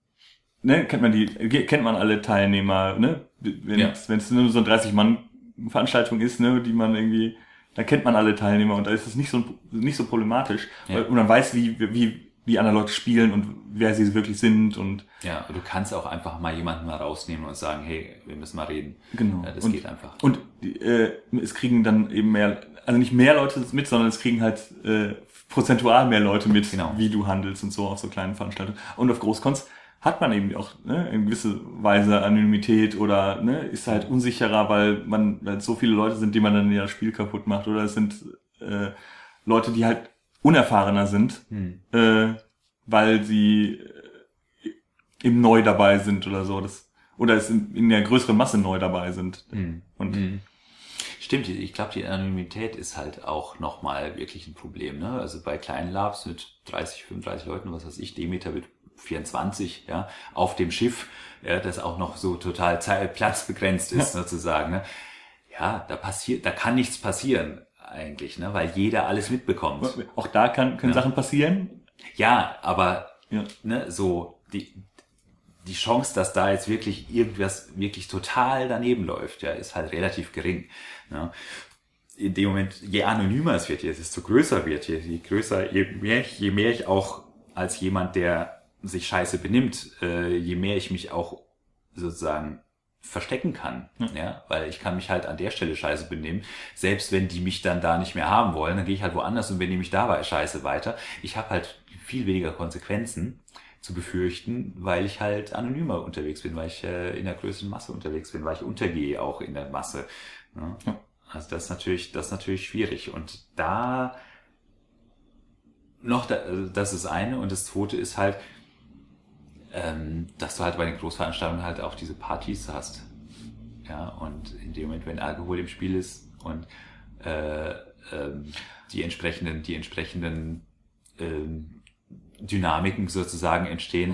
ne, kennt man die, kennt man alle Teilnehmer, ne, wenn Ja. es, wenn es nur so eine dreißig Mann Veranstaltung ist, ne, die man irgendwie, da kennt man alle Teilnehmer und da ist es nicht so, nicht so problematisch, Ja. weil, und man weiß, wie, wie, wie andere Leute spielen und wer sie wirklich sind und. Ja, du kannst auch einfach mal jemanden mal rausnehmen und sagen, hey, wir müssen mal reden. Genau. Ja, das und, geht einfach. Und äh, es kriegen dann eben mehr, also nicht mehr Leute mit, sondern es kriegen halt äh, prozentual mehr Leute mit, Genau. wie du handelst und so auf so kleinen Veranstaltungen. Und auf Großcons hat man eben auch ne, in gewisser Weise Anonymität oder ne, ist halt unsicherer, weil man weil so viele Leute sind, die man dann ja das Spiel kaputt macht. Oder es sind äh, Leute, die halt unerfahrener sind, Hm. äh, weil sie äh, eben neu dabei sind oder so. Das, oder es in, in der größeren Masse neu dabei sind. Hm. Und Hm. Stimmt, ich glaube, die Anonymität ist halt auch nochmal wirklich ein Problem. Ne? Also bei kleinen Labs mit dreißig, fünfunddreißig Leuten, was weiß ich, Demeter mit vierundzwanzig, ja, auf dem Schiff, ja, das auch noch so total zeit- platzbegrenzt ist, Ja. sozusagen. Ne? Ja, da passiert, da kann nichts passieren eigentlich, ne? Weil jeder alles mitbekommt. auch da kann, können Ja. Sachen passieren. Ja, aber Ja. ne, so die die Chance, dass da jetzt wirklich irgendwas wirklich total daneben läuft, ja, ist halt relativ gering. Ja. In dem Moment, je anonymer es wird, desto größer wird, je, je größer, je mehr, je mehr ich auch als jemand, der sich scheiße benimmt, äh, je mehr ich mich auch sozusagen verstecken kann, Ja. ja, weil ich kann mich halt an der Stelle scheiße benehmen, selbst wenn die mich dann da nicht mehr haben wollen, dann gehe ich halt woanders und benehme mich dabei scheiße weiter. Ich habe halt viel weniger Konsequenzen zu befürchten, weil ich halt anonymer unterwegs bin, weil ich äh, in der größeren Masse unterwegs bin, weil ich untergehe auch in der Masse. Ne? Ja. Also das ist natürlich, das ist natürlich schwierig. Und da noch, da, also das ist eine und das zweite ist halt, ähm, dass du halt bei den Großveranstaltungen halt auch diese Partys hast. Ja, und in dem Moment, wenn Alkohol im Spiel ist und äh, ähm, die entsprechenden, die entsprechenden ähm, Dynamiken sozusagen entstehen,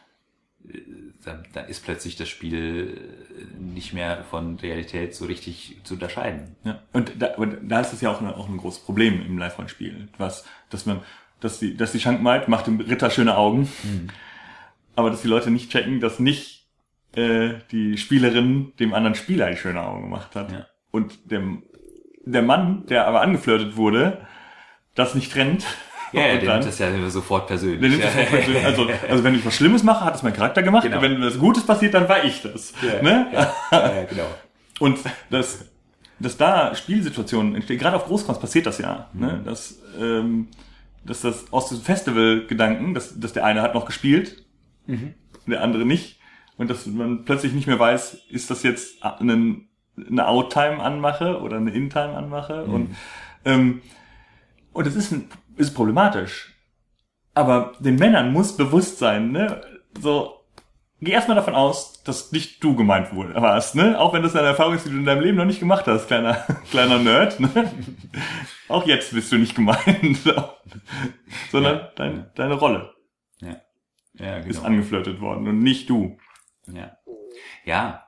dann, dann ist plötzlich das Spiel nicht mehr von Realität so richtig zu unterscheiden. Ja. Und da, und da ist es ja auch, eine, auch ein großes Problem im Live-Rollenspiel, was, dass man, dass die, dass die Schankmaid macht dem Ritter schöne Augen, Mhm. aber dass die Leute nicht checken, dass nicht äh, die Spielerin dem anderen Spieler die schöne Augen gemacht hat. Ja. Und dem, der Mann, der aber angeflirtet wurde, das nicht trennt. Ja, ja, und der dann, nimmt das ja sofort persönlich. der nimmt das sofort persönlich. Also, also wenn ich was Schlimmes mache, hat es mein Charakter gemacht. Genau. Und wenn was Gutes passiert, dann war ich das. Ja, ne? ja, ja, ja, genau. Und dass, dass da Spielsituationen entstehen, gerade auf Großcons passiert das ja, mhm. ne? dass, ähm, dass das aus diesem Festival-Gedanken, dass, dass der eine hat noch gespielt, Mhm. der andere nicht, und dass man plötzlich nicht mehr weiß, ist das jetzt ein eine Outtime anmache oder eine Intime anmache. Mhm. Und ähm, und es ist, ein, ist problematisch. Aber den Männern muss bewusst sein, ne? So, geh erstmal davon aus, dass nicht du gemeint warst, ne? Auch wenn das eine Erfahrung ist, die du in deinem Leben noch nicht gemacht hast, kleiner, kleiner Nerd, ne? Auch jetzt bist du nicht gemeint. Sondern Ja. dein, deine Rolle Ja. Ja, genau. ist angeflirtet worden und nicht du. Ja. Ja.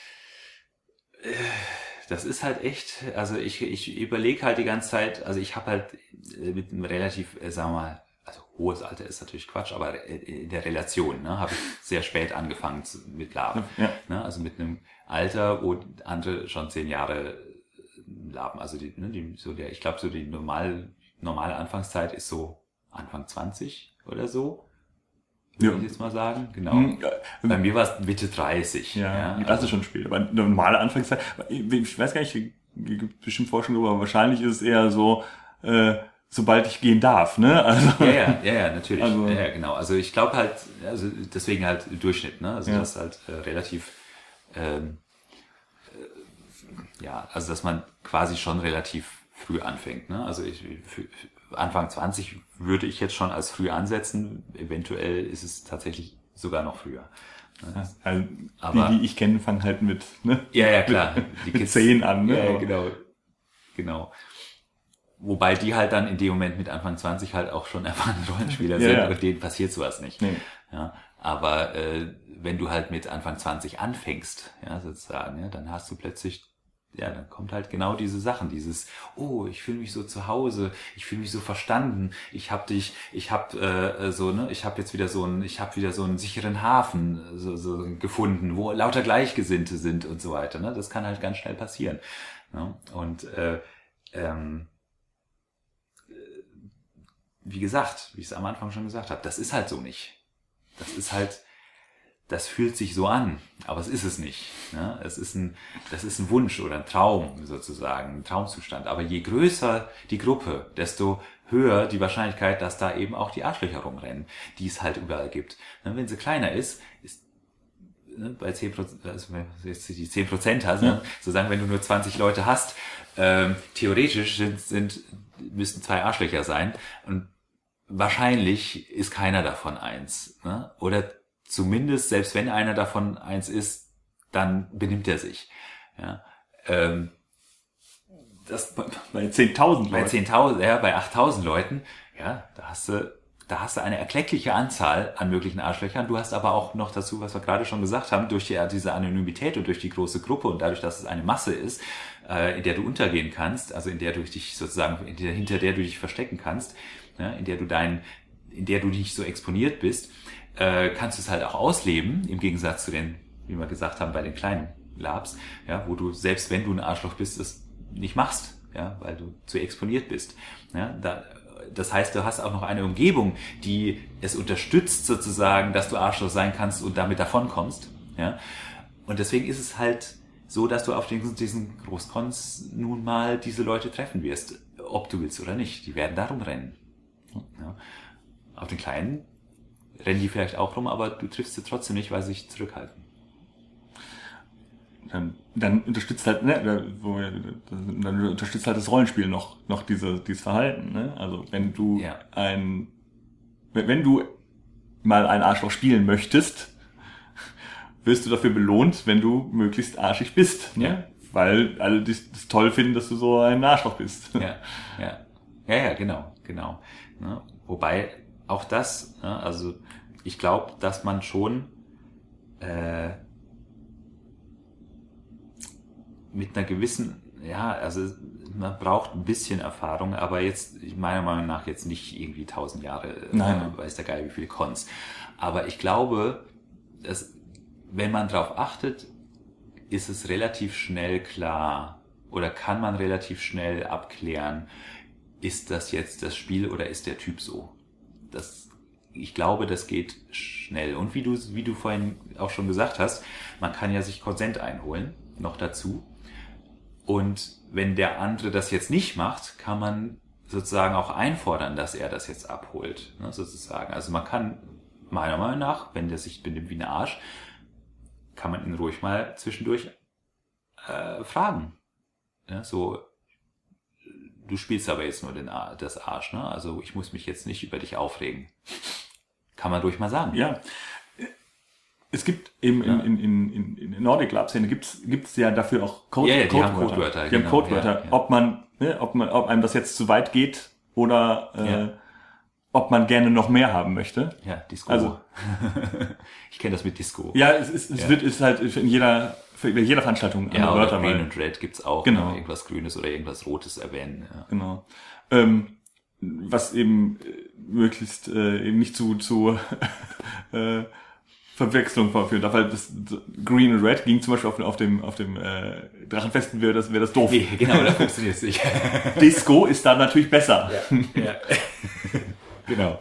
Das ist halt echt, also ich, ich überlege halt die ganze Zeit, also ich habe halt mit einem relativ, äh, sagen wir mal, also hohes Alter ist natürlich Quatsch, aber in der Relation, ne, habe ich sehr spät angefangen zu, mit Laben. Ja. Ne, also mit einem Alter, wo andere schon zehn Jahre Laben, also die, ne, die, so der, ich glaube so die normal, normale Anfangszeit ist so Anfang zwanzig oder so. Würde Ja. ich jetzt mal sagen, genau. Hm, ja. Bei mir war es Mitte dreißig. Ja, Ja, das also, ist schon spät. Aber eine normale Anfangszeit, ich weiß gar nicht, es gibt bestimmt Forschung darüber, aber wahrscheinlich ist es eher so, äh, sobald ich gehen darf, ne? Also, ja, ja, ja, ja, natürlich. Also- ja, ja, genau. Also ich glaube halt, also deswegen halt Durchschnitt, ne? Also Ja. das ist halt äh, relativ, ähm, äh, ja, also dass man quasi schon relativ früh anfängt, ne? Also ich, für, für Anfang zwanzig würde ich jetzt schon als früh ansetzen. Eventuell ist es tatsächlich sogar noch früher. Ne? also Aber- die, die ich kenne, fangen halt mit, ne? Ja, ja, klar. Die Mit Kids, zehn an, ne? Ja, ja, Aber- genau. Genau. Wobei die halt dann in dem Moment mit Anfang zwanzig halt auch schon erfahrene Rollenspieler Ja, sind ja. und denen passiert sowas nicht. Nee. Ja, aber äh, wenn du halt mit Anfang zwanzig anfängst, ja, sozusagen, ja, dann hast du plötzlich, ja, dann kommt halt genau diese Sachen, dieses, oh, ich fühle mich so zu Hause, ich fühle mich so verstanden, ich hab dich, ich hab äh, so, ne, ich hab jetzt wieder so einen, ich hab wieder so einen sicheren Hafen so, so gefunden, wo lauter Gleichgesinnte sind und so weiter, ne, das kann halt ganz schnell passieren. Ne? Und äh, ähm, wie gesagt, wie ich es am Anfang schon gesagt habe, das ist halt so nicht. Das ist halt, das fühlt sich so an, aber es ist es nicht. Ne? Es ist ein, das ist ein Wunsch oder ein Traum sozusagen, ein Traumzustand. Aber je größer die Gruppe, desto höher die Wahrscheinlichkeit, dass da eben auch die Arschlöcher rumrennen, die es halt überall gibt. Ne? Wenn sie kleiner ist, ist ne, bei zehn Prozent, also wenn du jetzt die zehn Prozent hast, Ja. ne? Sozusagen, wenn du nur zwanzig Leute hast, ähm, theoretisch sind, sind, müssten zwei Arschlöcher sein und wahrscheinlich ist keiner davon eins. Ne? Oder zumindest, selbst wenn einer davon eins ist, dann benimmt er sich. Ja? Ähm, das, Bei zehntausend bei Leuten. zehntausend, ja, bei achttausend Leuten, ja, da hast du, da hast du eine erkleckliche Anzahl an möglichen Arschlöchern. Du hast aber auch noch dazu, was wir gerade schon gesagt haben, durch die, diese Anonymität und durch die große Gruppe und dadurch, dass es eine Masse ist, äh, in der du untergehen kannst, also in der du dich sozusagen, in der, hinter der du dich verstecken kannst, ja, in der du dein, in der du nicht so exponiert bist, äh, kannst du es halt auch ausleben, im Gegensatz zu den, wie wir gesagt haben, bei den kleinen Labs, ja, wo du, selbst wenn du ein Arschloch bist, es nicht machst, ja, weil du zu exponiert bist. Ja, da, das heißt, du hast auch noch eine Umgebung, die es unterstützt sozusagen, dass du Arschloch sein kannst und damit davonkommst. Ja, und deswegen ist es halt so, dass du auf den, diesen Großcons nun mal diese Leute treffen wirst, ob du willst oder nicht. Die werden da rumrennen. Ja. Auf den Kleinen rennen die vielleicht auch rum, aber du triffst sie trotzdem nicht, weil sie sich zurückhalten. Dann, dann unterstützt halt, ne, wo wir, dann unterstützt halt das Rollenspiel noch, noch diese, dieses Verhalten, ne? Also, wenn du Ja. ein, wenn wenn du mal ein Arschloch spielen möchtest, wirst du dafür belohnt, wenn du möglichst arschig bist, ne? Ja. Weil alle das das toll finden, dass du so ein Arschloch bist. Ja, ja, ja, ja, genau, genau. Ne? Wobei auch das, ne, also ich glaube, dass man schon äh, mit einer gewissen, ja, also man braucht ein bisschen Erfahrung, aber jetzt meiner Meinung nach jetzt nicht irgendwie tausend Jahre, Nein. äh, weiß der Geil wie viele Cons. Aber ich glaube, dass wenn man darauf achtet, ist es relativ schnell klar oder kann man relativ schnell abklären, ist das jetzt das Spiel oder ist der Typ so? Das, ich glaube, das geht schnell. Und wie du, wie du vorhin auch schon gesagt hast, man kann ja sich Konsent einholen, noch dazu. Und wenn der andere das jetzt nicht macht, kann man sozusagen auch einfordern, dass er das jetzt abholt, ne, sozusagen. Also man kann, meiner Meinung nach, wenn der sich benimmt wie ein Arsch, kann man ihn ruhig mal zwischendurch äh, fragen. Ja, so, du spielst aber jetzt nur den Ar- das Arsch, ne? Also ich muss mich jetzt nicht über dich aufregen. Kann man ruhig mal sagen. Ja. Es gibt eben ja. in, in, in, in der Nordic Club Szene gibt's gibt's ja dafür auch Code, ja, ja, die Codewörter. haben Codewörter. Die genau, haben Codewörter. Ja, ja. Ob man, ne, ob man, ob einem das jetzt zu weit geht oder äh, Ja. ob man gerne noch mehr haben möchte. Ja, Disco. Also- ich kenne das mit Disco. Ja, es ist, es Ja. wird ist halt in jeder für jeder Veranstaltung Ja, andere oder Wörter Green mal. und Red gibt's auch. Genau. Ne? Irgendwas Grünes oder irgendwas Rotes erwähnen. Ja. Genau. Ähm, was eben äh, möglichst äh, eben nicht zu zu äh, Verwechslung vorführen darf. Weil das Green und Red ging zum Beispiel auf, auf dem auf dem äh, Drachenfesten wäre das wäre das doof. Nee, genau, da funktioniert es nicht. Disco ist da natürlich besser. Ja. Ja. Genau.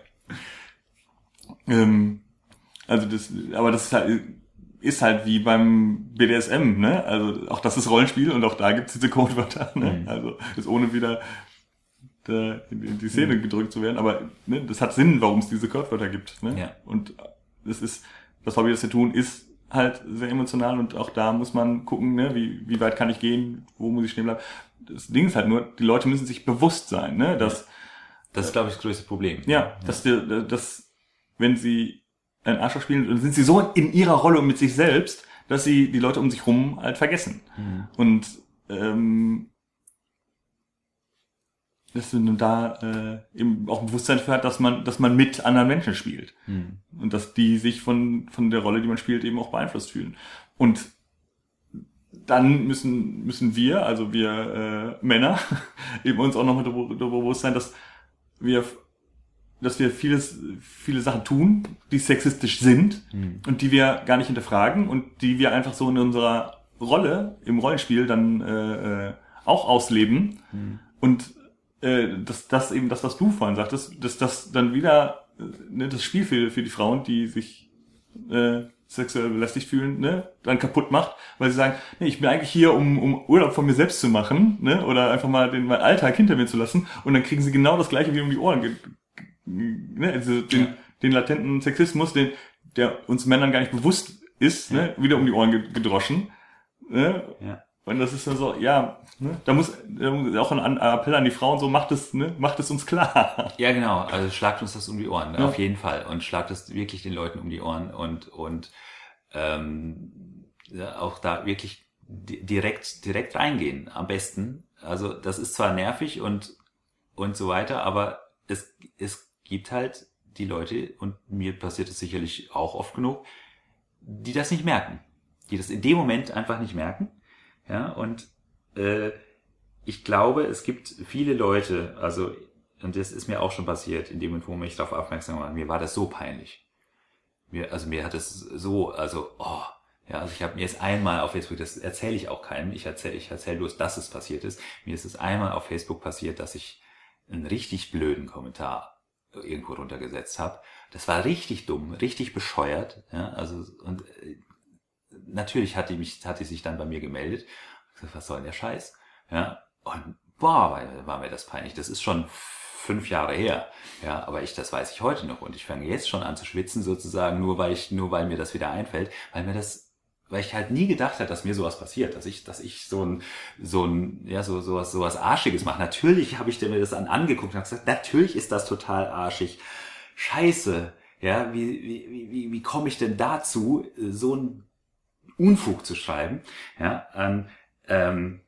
Ähm, also das, aber das ist halt, ist halt wie beim B D S M, ne? Also auch das ist Rollenspiel und auch da gibt's diese Codewörter, ne? Mhm. Also ist ohne wieder da in die Szene gedrückt zu werden, aber ne, das hat Sinn, warum es diese Codewörter gibt, ne? Ja. Und das ist, das Hobby, das wir tun, ist halt sehr emotional und auch da muss man gucken, ne, wie, wie weit kann ich gehen, wo muss ich stehen bleiben. Das Ding ist halt nur, die Leute müssen sich bewusst sein, ne, dass Das ist, glaube ich, das größte Problem. ja, dass, die, dass wenn sie ein Arschloch spielen, dann sind sie so in ihrer Rolle und mit sich selbst, dass sie die Leute um sich rum halt vergessen. Mhm. Und ähm, dass man da äh, eben auch ein Bewusstsein für hat, dass man, dass man mit anderen Menschen spielt. Mhm. Und dass die sich von, von der Rolle, die man spielt, eben auch beeinflusst fühlen. Und dann müssen, müssen wir, also wir äh, Männer, eben uns auch nochmal darüber bewusst sein, dass wir, dass wir vieles, viele Sachen tun, die sexistisch sind Mhm. und die wir gar nicht hinterfragen und die wir einfach so in unserer Rolle, im Rollenspiel dann äh, äh, auch ausleben. Mhm. Und äh, dass das eben das, was du vorhin sagtest, dass das dann wieder äh, ne, das Spiel für, für die Frauen, die sich äh, sexuell belästigt fühlen, ne, dann kaputt macht, weil sie sagen, nee, ich bin eigentlich hier, um, um Urlaub von mir selbst zu machen, ne, oder einfach mal den meinen Alltag hinter mir zu lassen, und dann kriegen sie genau das Gleiche wie um die Ohren, ge- ge- ne, also den, Ja. den latenten Sexismus, den, der uns Männern gar nicht bewusst ist, ne, wieder um die Ohren ge- gedroschen, ne, Ja. und das ist dann so, ja, ne, da muss, da muss auch ein An- Appell an die Frauen, so macht es, ne, macht es uns klar. Ja, genau. Also schlagt uns das um die Ohren, Ja. auf jeden Fall. Und schlagt es wirklich den Leuten um die Ohren und und ähm, ja, auch da wirklich di- direkt direkt reingehen. Am besten. Also das ist zwar nervig und und so weiter, aber es es gibt halt die Leute, und mir passiert es sicherlich auch oft genug, die das nicht merken, die das in dem Moment einfach nicht merken. Ja, und äh, ich glaube, es gibt viele Leute, also, und das ist mir auch schon passiert, in dem Moment, wo mich darauf aufmerksam war, mir war das so peinlich. Mir, also mir hat es so, also, oh, ja, also ich habe mir jetzt einmal auf Facebook, das erzähle ich auch keinem, ich erzähle ich erzähl bloß, dass es passiert ist. Mir ist es einmal auf Facebook passiert, dass ich einen richtig blöden Kommentar irgendwo runtergesetzt habe. Das war richtig dumm, richtig bescheuert, ja, also, und äh, natürlich hat die mich, hat die sich dann bei mir gemeldet. Ich gesagt, was soll denn der Scheiß? Ja, und boah, war, war mir das peinlich. Das ist schon fünf Jahre her. Ja, aber ich, das weiß ich heute noch. Und ich fange jetzt schon an zu schwitzen, sozusagen, nur weil ich, nur weil mir das wieder einfällt, weil mir das, weil ich halt nie gedacht habe, dass mir sowas passiert, dass ich, dass ich so ein, so ein, ja, so, sowas, sowas Arschiges mache. Natürlich habe ich mir das dann angeguckt und habe gesagt, natürlich ist das total arschig. Scheiße. Ja, wie, wie, wie, wie komme ich denn dazu, so ein Unfug zu schreiben? Ja, ähm, ähm,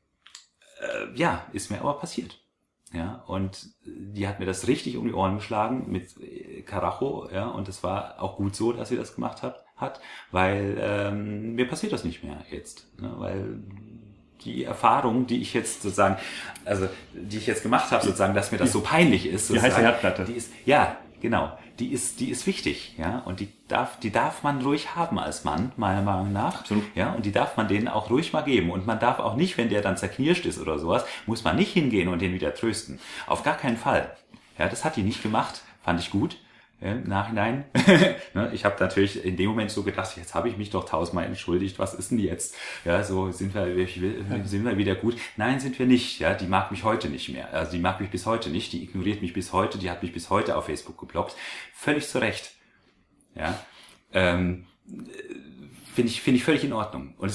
äh, ja, ist mir aber passiert. Ja, und die hat mir das richtig um die Ohren geschlagen mit Karacho, ja, und es war auch gut so, dass sie das gemacht hat, hat, weil ähm, mir passiert das nicht mehr jetzt, ne, weil die Erfahrung, die ich jetzt sozusagen, also die ich jetzt gemacht habe, sozusagen, dass mir das so peinlich ist, Die heiße Herdplatte. die ist, ja, genau, die ist, die ist wichtig, ja, und die darf, die darf man ruhig haben als Mann, meiner Meinung nach. Absolut. Ja, und die darf man denen auch ruhig mal geben. Und man darf auch nicht, wenn der dann zerknirscht ist oder sowas, muss man nicht hingehen und den wieder trösten. Auf gar keinen Fall. Ja, das hat die nicht gemacht, fand ich gut. Ja, im Nachhinein. Ich habe natürlich in dem Moment so gedacht, jetzt habe ich mich doch tausendmal entschuldigt, was ist denn jetzt? Ja, so sind wir, sind wir wieder gut. Nein, sind wir nicht. Ja, die mag mich heute nicht mehr. Also die mag mich bis heute nicht, die ignoriert mich bis heute, die hat mich bis heute auf Facebook geblockt. Völlig zu Recht. Ja, ähm, finde ich, finde ich völlig in Ordnung. Und es ist so,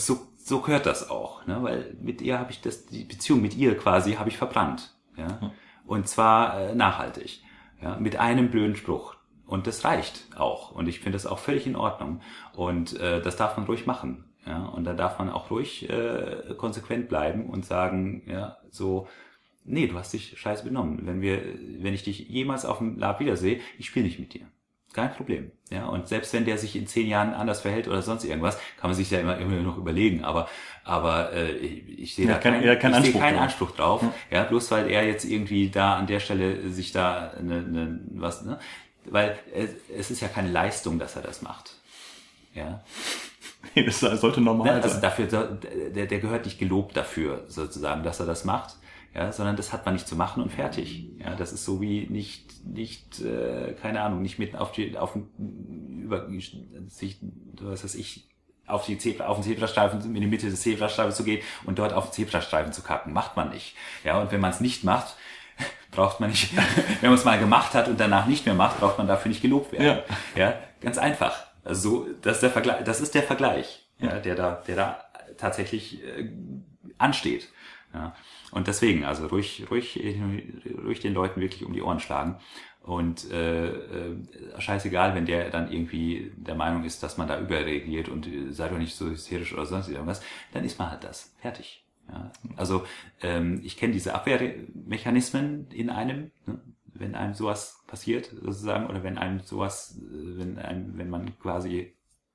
so gehört das auch, ne? Weil mit ihr habe ich das, die Beziehung mit ihr quasi habe ich verbrannt, ja, hm. und zwar äh, nachhaltig, ja, mit einem blöden Spruch. Und das reicht auch. Und ich finde das auch völlig in Ordnung. Und äh, das darf man ruhig machen. Ja? Und da darf man auch ruhig äh, konsequent bleiben und sagen, ja, so, nee, du hast dich scheiße benommen. Wenn wir, wenn ich dich jemals auf dem Lab wiedersehe, ich spiele nicht mit dir. Kein Problem. Ja, und selbst wenn der sich in zehn Jahren anders verhält oder sonst irgendwas, kann man sich ja immer, immer noch überlegen. Aber, aber äh, ich, ich sehe ja, da kein, kein, kein ich Anspruch, sehe keinen Anspruch drauf. Ja. ja, bloß weil er jetzt irgendwie da an der Stelle sich da eine, eine was, ne? Weil es, es ist ja keine Leistung, dass er das macht. Ja. Nee, das sollte normal sein. Also dafür, der, der gehört nicht gelobt dafür, sozusagen, dass er das macht. Ja, sondern das hat man nicht zu machen und fertig. Ja, das ist so wie nicht, nicht, äh, keine Ahnung, nicht mitten auf die, auf über sich, was weiß ich, auf die Zebra, auf den Zebrastreifen, in die Mitte des Zebrastreifens zu gehen und dort auf den Zebrastreifen zu kacken. Macht man nicht. Ja, und wenn man es nicht macht, braucht man nicht, wenn man es mal gemacht hat und danach nicht mehr macht, braucht man dafür nicht gelobt werden. Ja, ja, ganz einfach. Also so, das ist der Vergleich, das ist der Vergleich, ja, der da, der da tatsächlich äh, ansteht. Ja. Und deswegen, also ruhig, ruhig, ruhig den Leuten wirklich um die Ohren schlagen. Und äh, äh, scheißegal, wenn der dann irgendwie der Meinung ist, dass man da überreagiert und äh, sei doch nicht so hysterisch oder sonst irgendwas, dann ist man halt das. Fertig. Ja. Also ähm, ich kenne diese Abwehrmechanismen in einem, ne? Wenn einem sowas passiert, sozusagen, oder wenn einem sowas, wenn einem, wenn man quasi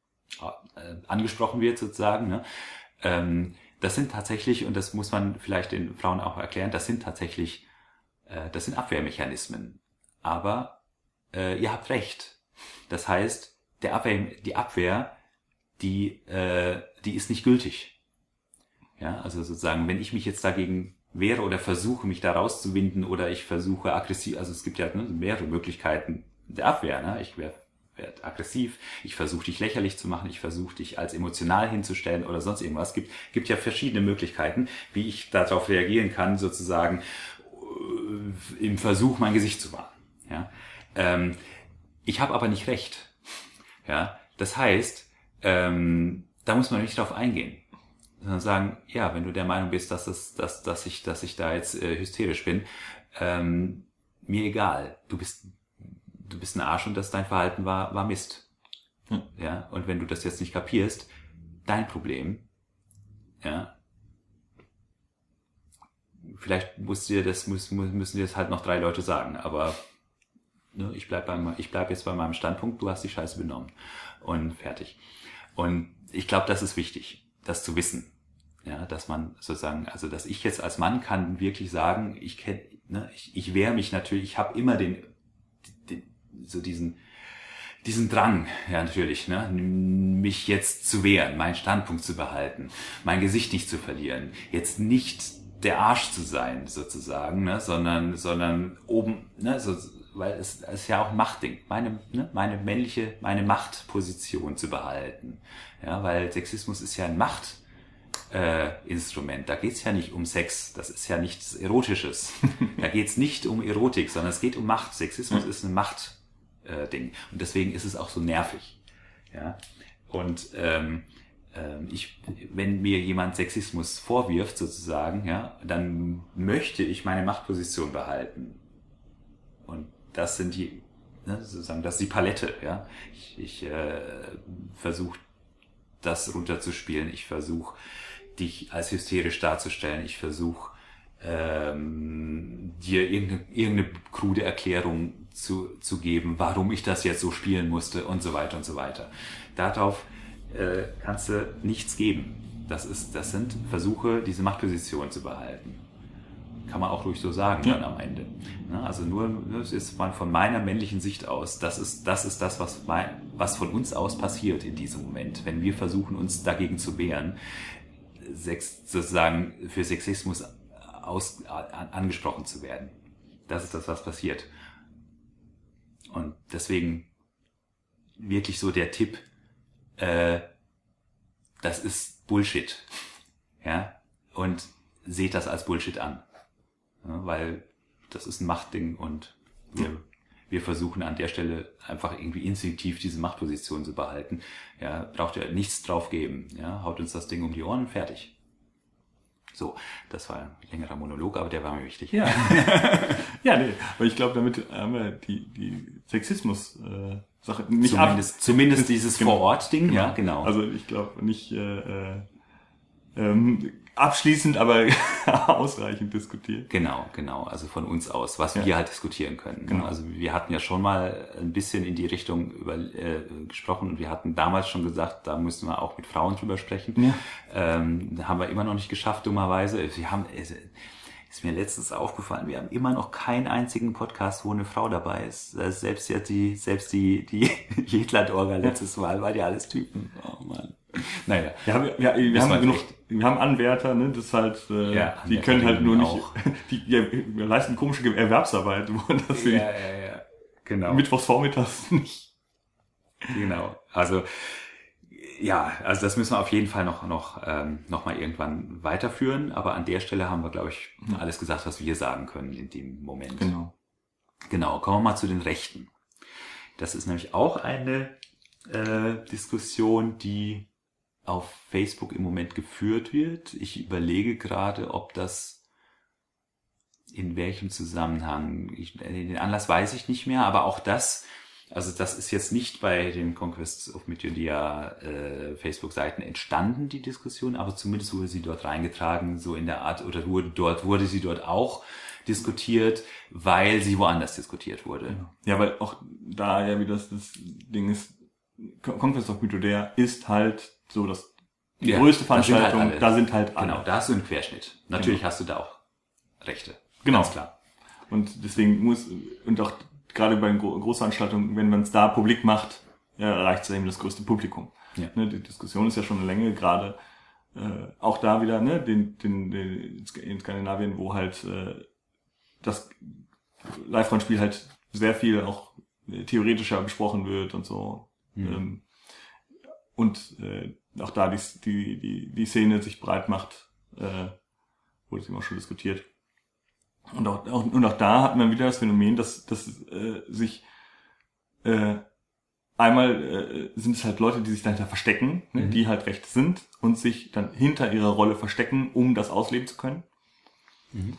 äh, angesprochen wird, sozusagen, ne? Ähm, das sind tatsächlich, und das muss man vielleicht den Frauen auch erklären, das sind tatsächlich, äh, das sind Abwehrmechanismen. Aber äh, ihr habt recht. Das heißt, der Abwehr, die Abwehr, die, äh, die ist nicht gültig. Ja, also sozusagen, wenn ich mich jetzt dagegen wehre oder versuche, mich da rauszuwinden oder ich versuche aggressiv, also es gibt ja ne, mehrere Möglichkeiten der Abwehr. Ne? Ich werde werd aggressiv, ich versuche dich lächerlich zu machen, ich versuche dich als emotional hinzustellen oder sonst irgendwas. Es gibt, gibt ja verschiedene Möglichkeiten, wie ich darauf reagieren kann, sozusagen im Versuch, mein Gesicht zu wahren. Ja? Ähm, ich habe aber nicht recht. Ja? Das heißt, ähm, da muss man nicht drauf eingehen. Sondern sagen, ja, wenn du der Meinung bist, dass es, dass, dass ich, dass ich da jetzt äh, hysterisch bin, ähm, mir egal. Du bist, du bist ein Arsch und das dein Verhalten war, war Mist. Hm. Ja, und wenn du das jetzt nicht kapierst, dein Problem. Ja. Vielleicht musst dir das, muss, müssen dir das halt noch drei Leute sagen, aber ne, ich bleib beim, ich bleib jetzt bei meinem Standpunkt. Du hast die Scheiße benommen und fertig. Und ich glaube, das ist wichtig, das zu wissen. Ja, dass man sozusagen, also dass ich jetzt als Mann kann wirklich sagen, ich kenne, ne, ich, ich wehre mich natürlich, ich habe immer den, den, so diesen, diesen Drang, ja natürlich, ne, mich jetzt zu wehren, meinen Standpunkt zu behalten, mein Gesicht nicht zu verlieren, jetzt nicht der Arsch zu sein sozusagen, ne, sondern, sondern oben, ne, so, weil es, es ist ja auch ein Machtding, meine, ne, meine männliche, meine Machtposition zu behalten, ja, weil Sexismus ist ja ein Macht Äh, Instrument. Da geht's ja nicht um Sex, das ist ja nichts Erotisches. Da geht's nicht um Erotik, sondern es geht um Macht. Sexismus ist ein Machtding. Äh, und deswegen ist es auch so nervig. Ja? Und ähm, äh, ich, wenn mir jemand Sexismus vorwirft, sozusagen, ja, dann möchte ich meine Machtposition behalten. Und das sind die, ne, sozusagen, das ist die Palette. Ja? Ich, ich äh, versuche das runterzuspielen. Ich versuche dich als hysterisch darzustellen. Ich versuche ähm, dir irgendeine, irgendeine krude Erklärung zu, zu geben, warum ich das jetzt so spielen musste und so weiter und so weiter. Darauf äh, kannst du nichts geben. Das ist, das sind Versuche, diese Machtposition zu behalten. Kann man auch ruhig so sagen, ja. Dann am Ende. Also nur, das ist von meiner männlichen Sicht aus, das ist das, ist das was, mein, was von uns aus passiert in diesem Moment, wenn wir versuchen, uns dagegen zu wehren, Sex, sozusagen für Sexismus aus, an, angesprochen zu werden. Das ist das, was passiert. Und deswegen wirklich so der Tipp, äh, das ist Bullshit. Ja? Und seht das als Bullshit an. Ja, weil das ist ein Machtding und wir wir versuchen an der Stelle einfach irgendwie instinktiv diese Machtposition zu behalten. Ja, braucht ihr nichts drauf geben. Ja, haut uns das Ding um die Ohren, fertig. So, das war ein längerer Monolog, aber der war mir wichtig. Ja, ja, nee, weil ich glaube, damit haben wir die, die Sexismus-Sache äh, nicht Zumindest, ab, zumindest dieses genau, Vor-Ort-Ding, genau. Ja, genau. Also ich glaube nicht äh, äh, ähm, abschließend, aber ausreichend diskutiert. Genau, genau. Also von uns aus, was ja. wir halt diskutieren können. Genau. Also wir hatten ja schon mal ein bisschen in die Richtung über, äh, gesprochen und wir hatten damals schon gesagt, da müssen wir auch mit Frauen drüber sprechen. Ja. Ähm, haben wir immer noch nicht geschafft, dummerweise. Wir haben, ist mir letztens aufgefallen, wir haben immer noch keinen einzigen Podcast, wo eine Frau dabei ist. Selbst jetzt die, selbst die, die Jedland-Orga letztes Mal, war die alles Typen. Oh Mann. Naja. Ja, wir, ja, wir haben genug, wir haben Anwärter, ne, das halt, äh, ja, die können halt nur nicht, die, ja, wir leisten komische Erwerbsarbeit, wo das ja, ja, ja, genau. Mittwochs vormittags nicht. Genau. Also, ja, also das müssen wir auf jeden Fall noch, noch, ähm, noch mal irgendwann weiterführen, aber an der Stelle haben wir, glaube ich, alles gesagt, was wir sagen können in dem Moment. Genau. Genau. Kommen wir mal zu den Rechten. Das ist nämlich auch eine, äh, Diskussion, die auf Facebook im Moment geführt wird. Ich überlege gerade, ob das in welchem Zusammenhang, ich, den Anlass weiß ich nicht mehr, aber auch das, also das ist jetzt nicht bei den Conquest of Mythilia äh, Facebook-Seiten entstanden, die Diskussion, aber zumindest wurde sie dort reingetragen, so in der Art, oder wurde dort, wurde sie dort auch diskutiert, weil sie woanders diskutiert wurde. Ja, weil auch da ja wieder das, das Ding ist, Conquest of Mythilia ist halt so das die ja, größte Veranstaltung, halt da sind halt alle. Genau, da hast du einen Querschnitt. Natürlich genau. hast du da auch Rechte. Genau. Ganz klar. Und deswegen muss, und auch gerade bei Großveranstaltungen, wenn man es da publik macht, ja, erreicht es eben das größte Publikum. Ja. Ne, die Diskussion ist ja schon eine Länge, gerade äh, auch da wieder, ne, den, den, den, in Skandinavien, wo halt äh, das Live-Rollenspiel halt sehr viel auch äh, theoretischer besprochen wird und so. Mhm. Ähm, und äh, auch da die, die, die, die Szene sich breit macht, äh, wurde es immer schon diskutiert. Und auch, auch, und auch da hat man wieder das Phänomen, dass, dass äh, sich äh, einmal äh, sind es halt Leute, die sich dahinter verstecken, ne, mhm. die halt recht sind und sich dann hinter ihrer Rolle verstecken, um das ausleben zu können. Mhm.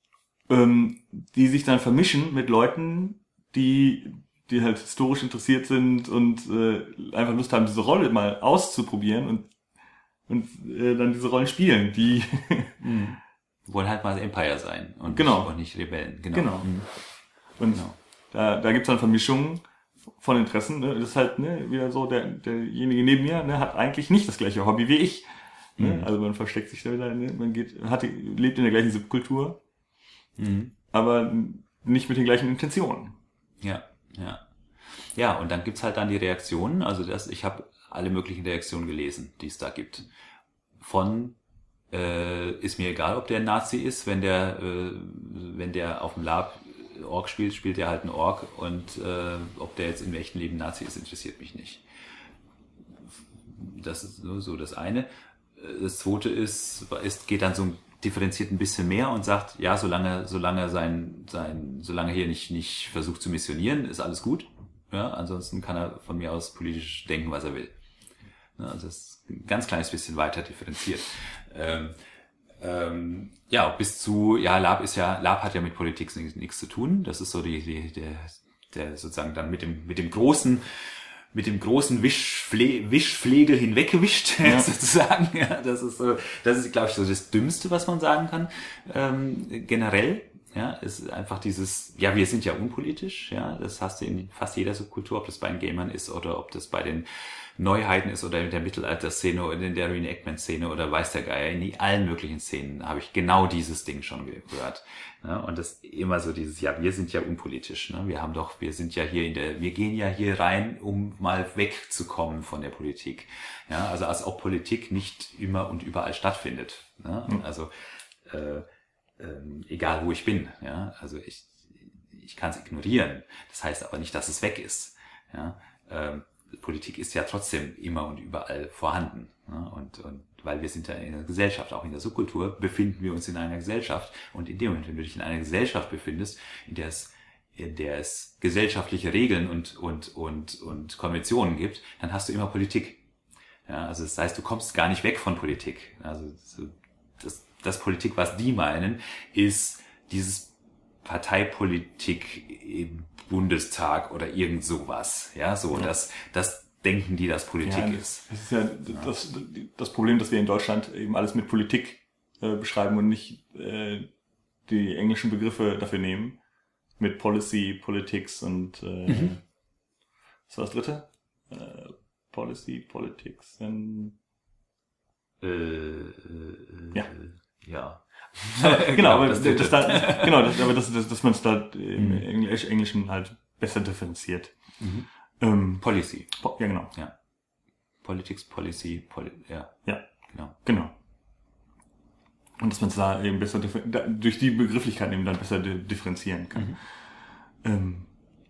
Ähm, die sich dann vermischen mit Leuten, die die halt historisch interessiert sind und äh, einfach Lust haben, diese Rolle mal auszuprobieren und und äh, dann diese Rollen spielen, die mhm. wollen halt mal Empire sein und, genau. nicht, und nicht Rebellen. Genau. genau. Mhm. Und genau. da da gibt's dann Vermischungen von Interessen. Ne? Das ist halt ne, wieder so, der derjenige neben mir ne, hat eigentlich nicht das gleiche Hobby wie ich. Ne? Mhm. Also man versteckt sich da wieder, ne? man geht, hat, lebt in der gleichen Subkultur, mhm. aber nicht mit den gleichen Intentionen. Ja. Ja, ja, und dann gibt's halt dann die Reaktionen. Also das, ich habe alle möglichen Reaktionen gelesen, die es da gibt. Von äh, ist mir egal, ob der ein Nazi ist, wenn der äh, wenn der auf dem Lab Ork spielt, spielt er halt einen Ork und äh, ob der jetzt im echten Leben Nazi ist, interessiert mich nicht. Das ist nur so das eine. Das zweite ist, ist geht dann so differenziert ein bisschen mehr und sagt, ja, solange, solange sein, sein, solange hier nicht, nicht versucht zu missionieren, ist alles gut. Ja, ansonsten kann er von mir aus politisch denken, was er will. Ja, also das ist ein ganz kleines bisschen weiter differenziert. Ähm, ähm, ja, bis zu, ja, Lab ist ja, Lab hat ja mit Politik nichts, nichts zu tun. Das ist so die, die, der, der sozusagen dann mit dem, mit dem großen, mit dem großen Wischfle- Wischflegel hinweggewischt, ja. sozusagen. Ja, das ist so, das ist, glaube ich, so das Dümmste, was man sagen kann, ähm, generell. Ja, ist einfach dieses, ja, wir sind ja unpolitisch, ja, das hast du in fast jeder Subkultur, ob das bei den Gamern ist oder ob das bei den Neuheiten ist oder in der Mittelalter-Szene oder in der Reenactment-Szene oder weiß der Geier, in allen möglichen Szenen habe ich genau dieses Ding schon gehört. Ja, und das immer so dieses, ja, wir sind ja unpolitisch, ne? Wir haben doch, wir sind ja hier in der, wir gehen ja hier rein, um mal wegzukommen von der Politik. Ja, also als ob Politik nicht immer und überall stattfindet. Ne? Mhm. Also äh, ähm, egal wo ich bin, ja, also ich ich kann es ignorieren. Das heißt aber nicht, dass es weg ist. Ja, ähm, Politik ist ja trotzdem immer und überall vorhanden. Ne? Und, und weil wir sind ja in der Gesellschaft, auch in der Subkultur, befinden wir uns in einer Gesellschaft. Und in dem Moment, wenn du dich in einer Gesellschaft befindest, in der es in der es gesellschaftliche Regeln und, und, und, und Konventionen gibt, dann hast du immer Politik. Ja, also das heißt, du kommst gar nicht weg von Politik. Also das, das Politik, was die meinen, ist dieses Parteipolitik im Bundestag oder irgend sowas. Ja, so, ja. das, das denken die, dass Politik ja, ist. Das ist ja, das, das Problem, dass wir in Deutschland eben alles mit Politik äh, beschreiben und nicht äh, die englischen Begriffe dafür nehmen. Mit Policy, Politics und äh, mhm. was war das dritte? Äh, Policy, Politics und äh, äh, ja. Ja. genau, genau, aber das, das da, genau, das, aber das, das, dass man es da im mhm. Englisch, Englischen halt besser differenziert. Mhm. Ähm, Policy. Po- ja, genau. Ja. Politics, Policy, Poli- ja. Ja. Genau. Genau. Und dass man es da eben besser differ- da, durch die Begrifflichkeit eben dann besser di- differenzieren kann. Mhm. Ähm,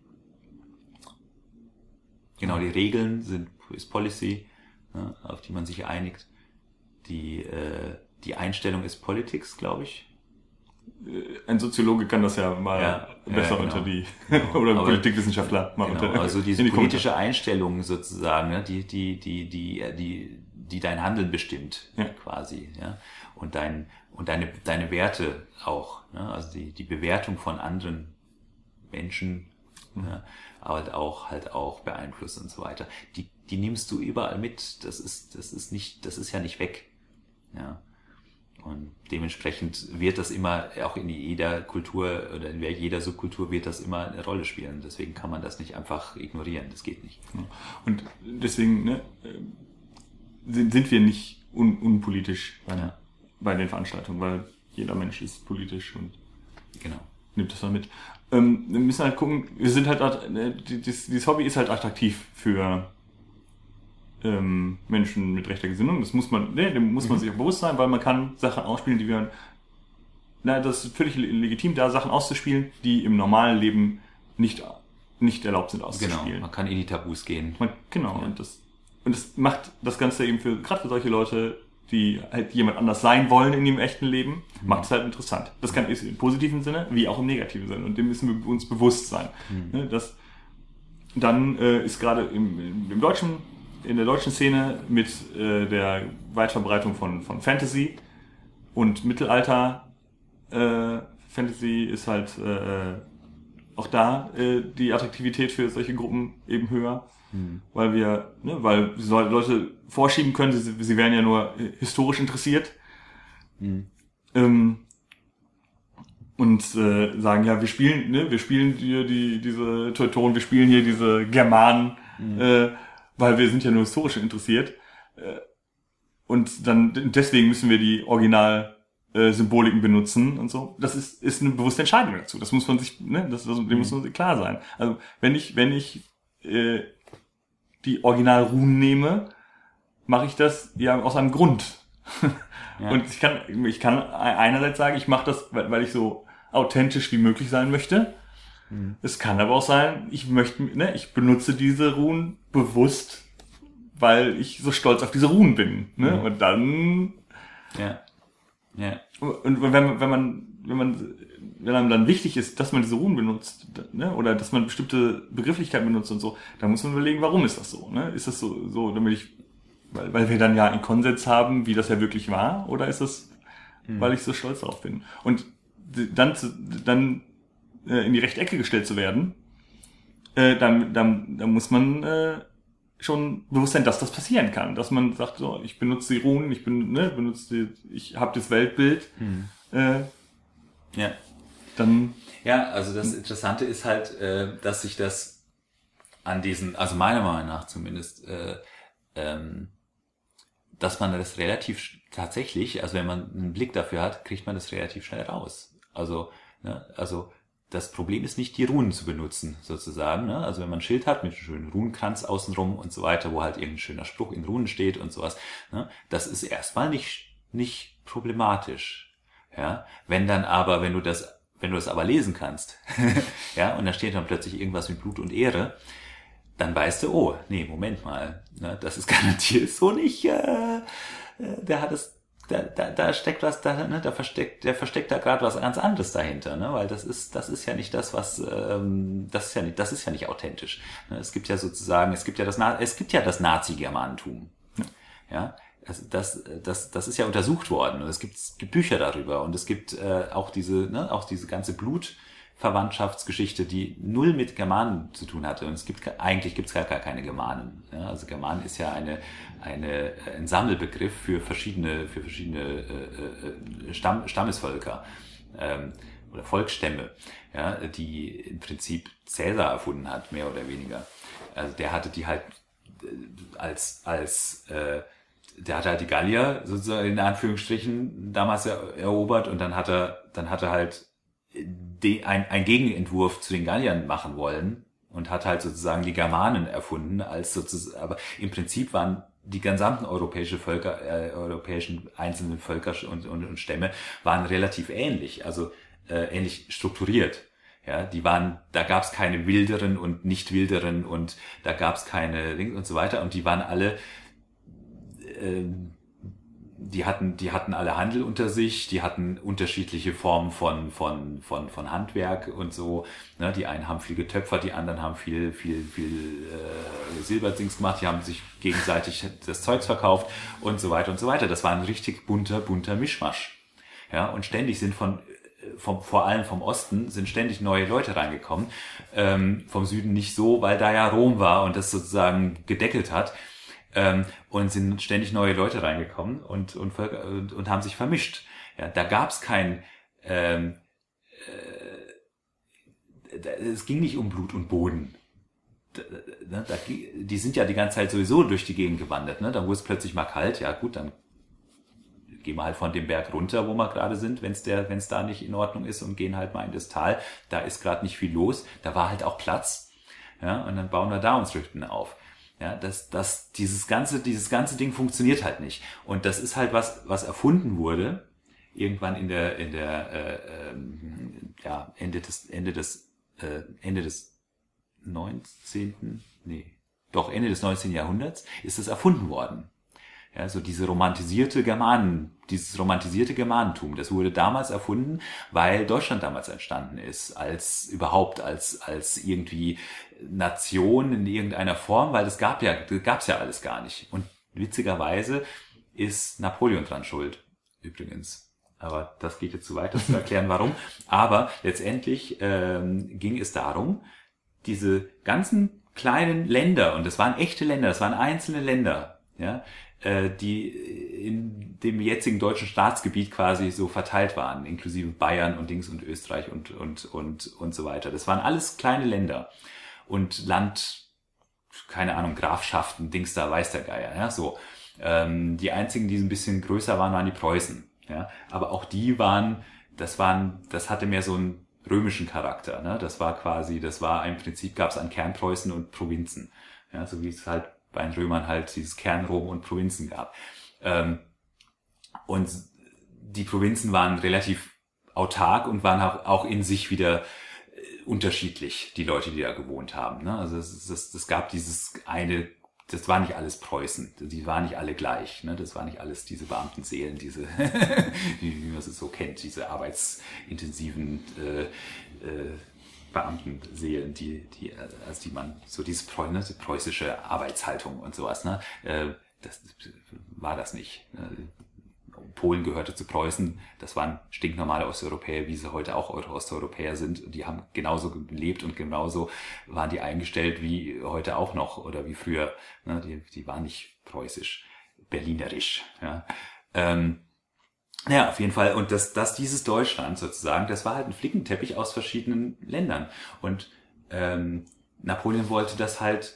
genau, die Regeln sind ist Policy, ne, auf die man sich einigt. Die äh, die Einstellung ist Politics, glaube ich. Ein Soziologe kann das ja mal ja, besser ja, genau. unter die Genau. oder Aber, Politikwissenschaftler mal genau, unter also diese in die politische Kommentare. Einstellung sozusagen, ne, die die die die die die dein Handeln bestimmt, ja. quasi, ja, und dein und deine deine Werte auch, ne, also die die Bewertung von anderen Menschen, mhm. ja, aber halt auch halt auch beeinflusst und so weiter. Die die nimmst du überall mit. Das ist das ist nicht das ist ja nicht weg, ja. Und dementsprechend wird das immer, auch in jeder Kultur oder in jeder Subkultur wird das immer eine Rolle spielen. Deswegen kann man das nicht einfach ignorieren. Das geht nicht. Und deswegen ne, sind, sind wir nicht un, unpolitisch bei, ja. bei den Veranstaltungen, weil jeder Mensch ist politisch und genau. nimmt das dann mit. Ähm, wir müssen halt gucken, wir sind halt, dieses, dieses Hobby ist halt attraktiv für Ähm, Menschen mit rechter Gesinnung. Das muss man, ne, dem muss man mhm. sich auch bewusst sein, weil man kann Sachen ausspielen, die wir, na, das ist völlig legitim, da Sachen auszuspielen, die im normalen Leben nicht, nicht erlaubt sind auszuspielen. Genau, man kann in die Tabus gehen. Man, genau, ja. und das, und das macht das Ganze eben für, gerade für solche Leute, die halt jemand anders sein wollen in ihrem echten Leben, mhm. macht es halt interessant. Das kann ist im positiven Sinne, wie auch im negativen Sinne. Und dem müssen wir uns bewusst sein. Mhm. Ne, das, dann äh, ist gerade im, im, im deutschen in der deutschen Szene mit äh, der Weitverbreitung von, von Fantasy und Mittelalter. Äh, Fantasy ist halt äh, auch da äh, die Attraktivität für solche Gruppen eben höher, mhm. weil wir, ne, weil so Leute vorschieben können, sie, sie wären ja nur historisch interessiert mhm. ähm, und äh, sagen, ja, wir spielen, ne, wir spielen hier die diese Teutonen, wir spielen hier diese Germanen. Mhm. Äh, weil wir sind ja nur historisch interessiert und dann deswegen müssen wir die Original-Symboliken benutzen und so. Das ist ist eine bewusste Entscheidung dazu. Das muss man sich, ne, das, das dem mhm. muss man sich klar sein. Also wenn ich wenn ich äh, die Original-Runen nehme, mache ich das ja aus einem Grund. Ja. Und ich kann ich kann einerseits sagen, ich mache das, weil, weil ich so authentisch wie möglich sein möchte. Es kann aber auch sein, ich möchte, ne, ich benutze diese Runen bewusst, weil ich so stolz auf diese Runen bin, ne, mhm. und dann, ja, ja, und wenn man, wenn man, wenn man, wenn einem dann wichtig ist, dass man diese Runen benutzt, ne, oder dass man bestimmte Begrifflichkeiten benutzt und so, dann muss man überlegen, warum ist das so, ne, ist das so, so, damit ich, weil, weil wir dann ja einen Konsens haben, wie das ja wirklich war, oder ist das, mhm. weil ich so stolz darauf bin, und dann, dann, in die rechte Ecke gestellt zu werden, äh, dann, dann, dann muss man äh, schon bewusst sein, dass das passieren kann. Dass man sagt, so, ich benutze die Runen, ich bin, ne, benutze die, ich habe das Weltbild. Hm. Äh, ja. Dann. Ja, also das Interessante ist halt, äh, dass sich das an diesen, also meiner Meinung nach zumindest, äh, ähm, dass man das relativ tatsächlich, also wenn man einen Blick dafür hat, kriegt man das relativ schnell raus. Also, ne, also das Problem ist nicht, die Runen zu benutzen, sozusagen. Ne? Also wenn man ein Schild hat mit einem schönen Runenkranz außenrum und so weiter, wo halt irgendein schöner Spruch in Runen steht und sowas, ne? Das ist erstmal nicht nicht problematisch. Ja, wenn dann aber, wenn du das, wenn du das aber lesen kannst, ja, und da steht dann plötzlich irgendwas mit Blut und Ehre, dann weißt du, oh, nee, Moment mal, ne? Das ist garantiert so nicht. Äh, der hat es da, da, da steckt was, da, ne, da versteckt, der versteckt da gerade was ganz anderes dahinter, ne, weil das ist, das ist ja nicht das, was, ähm, das ist ja nicht, das ist ja nicht authentisch. Ne? Es gibt ja sozusagen, es gibt ja das, es gibt ja das Nazi-Germanentum, ja. Also das, das, das ist ja untersucht worden und es gibt, es gibt Bücher darüber und es gibt äh, auch diese, ne, auch diese ganze Blutverwandtschaftsgeschichte, die null mit Germanen zu tun hatte und es gibt eigentlich gibt's gar, gar keine Germanen. Ja? Also Germanen ist ja eine, eine ein Sammelbegriff für verschiedene, für verschiedene äh, äh, Stamm, Stammesvölker ähm, oder Volksstämme, ja, die im Prinzip Cäsar erfunden hat, mehr oder weniger. Also der hatte die halt als als äh, der hatte halt die Gallier sozusagen in Anführungsstrichen damals erobert und dann hat er, dann hat er halt de, ein, ein Gegenentwurf zu den Galliern machen wollen und hat halt sozusagen die Germanen erfunden als sozusagen, aber im Prinzip waren die gesamten europäische Völker, äh, europäischen einzelnen Völker und, und, und Stämme waren relativ ähnlich, also äh, ähnlich strukturiert. Ja, die waren, da gab es keine wilderen und nicht wilderen und da gab es keine Links und so weiter und die waren alle die hatten, die hatten alle Handel unter sich, die hatten unterschiedliche Formen von, von, von, von Handwerk und so, ne, die einen haben viel getöpfert, die anderen haben viel, viel, viel, äh, Silberdings gemacht, die haben sich gegenseitig das Zeugs verkauft und so weiter und so weiter. Das war ein richtig bunter, bunter Mischmasch. Ja, und ständig sind von, vom, vor allem vom Osten sind ständig neue Leute reingekommen, ähm, vom Süden nicht so, weil da ja Rom war und das sozusagen gedeckelt hat. Ähm, und sind ständig neue Leute reingekommen und und, und, und haben sich vermischt. Ja, da gab's kein, ähm, äh, da, es ging nicht um Blut und Boden. Da, da, da, die sind ja die ganze Zeit sowieso durch die Gegend gewandert. Ne? Dann wurde es plötzlich mal kalt. Ja gut, dann gehen wir halt von dem Berg runter, wo wir gerade sind, wenn es der, wenn es da nicht in Ordnung ist und gehen halt mal in das Tal. Da ist gerade nicht viel los. Da war halt auch Platz. Ja, und dann bauen wir da uns Rüchten auf. Ja, dass, dass dieses ganze, dieses ganze Ding funktioniert halt nicht. Und das ist halt was, was erfunden wurde, irgendwann in der, in der, äh, ähm, ja, Ende des, Ende des, äh, Ende des neunzehnten nee, doch Ende des neunzehnten Jahrhunderts ist es erfunden worden. Ja, so diese romantisierte Germanen, dieses romantisierte Germanentum, das wurde damals erfunden, weil Deutschland damals entstanden ist, als überhaupt als als irgendwie Nation in irgendeiner Form, weil das gab ja gab's ja alles gar nicht. Und witzigerweise ist Napoleon dran schuld, übrigens. Aber das geht jetzt zu weit, das zu erklären, warum. Aber letztendlich ähm, ging es darum, diese ganzen kleinen Länder, und das waren echte Länder, das waren einzelne Länder, ja, die in dem jetzigen deutschen Staatsgebiet quasi so verteilt waren, inklusive Bayern und Dings und Österreich und und und und so weiter. Das waren alles kleine Länder und Land, keine Ahnung, Grafschaften, Dings da, weiß der Geier, ja, so. Ähm, die einzigen, die so ein bisschen größer waren, waren die Preußen, ja, aber auch die waren, das waren, das hatte mehr so einen römischen Charakter, ne? Das war quasi, das war im Prinzip, gab es an Kernpreußen und Provinzen, ja, so wie es halt bei den Römern halt dieses Kernrom und Provinzen gab. Ähm, und die Provinzen waren relativ autark und waren auch, auch in sich wieder äh, unterschiedlich, die Leute, die da gewohnt haben. Ne? Also es, es, es gab dieses eine, das war nicht alles Preußen, die waren nicht alle gleich. Ne? Das war nicht alles diese Beamtenseelen, diese, wie, wie man es so kennt, diese arbeitsintensiven äh, äh, Beamtenseelen, die, die, also die man, so dieses Preu, ne, die preußische Arbeitshaltung und sowas, ne, das war das nicht. Polen gehörte zu Preußen, das waren stinknormale Osteuropäer, wie sie heute auch Osteuropäer sind, die haben genauso gelebt und genauso waren die eingestellt wie heute auch noch oder wie früher, ne, die, die waren nicht preußisch, berlinerisch, ja. Ähm, Ja, auf jeden Fall. Und das, das dieses Deutschland sozusagen, das war halt ein Flickenteppich aus verschiedenen Ländern. Und ähm, Napoleon wollte das halt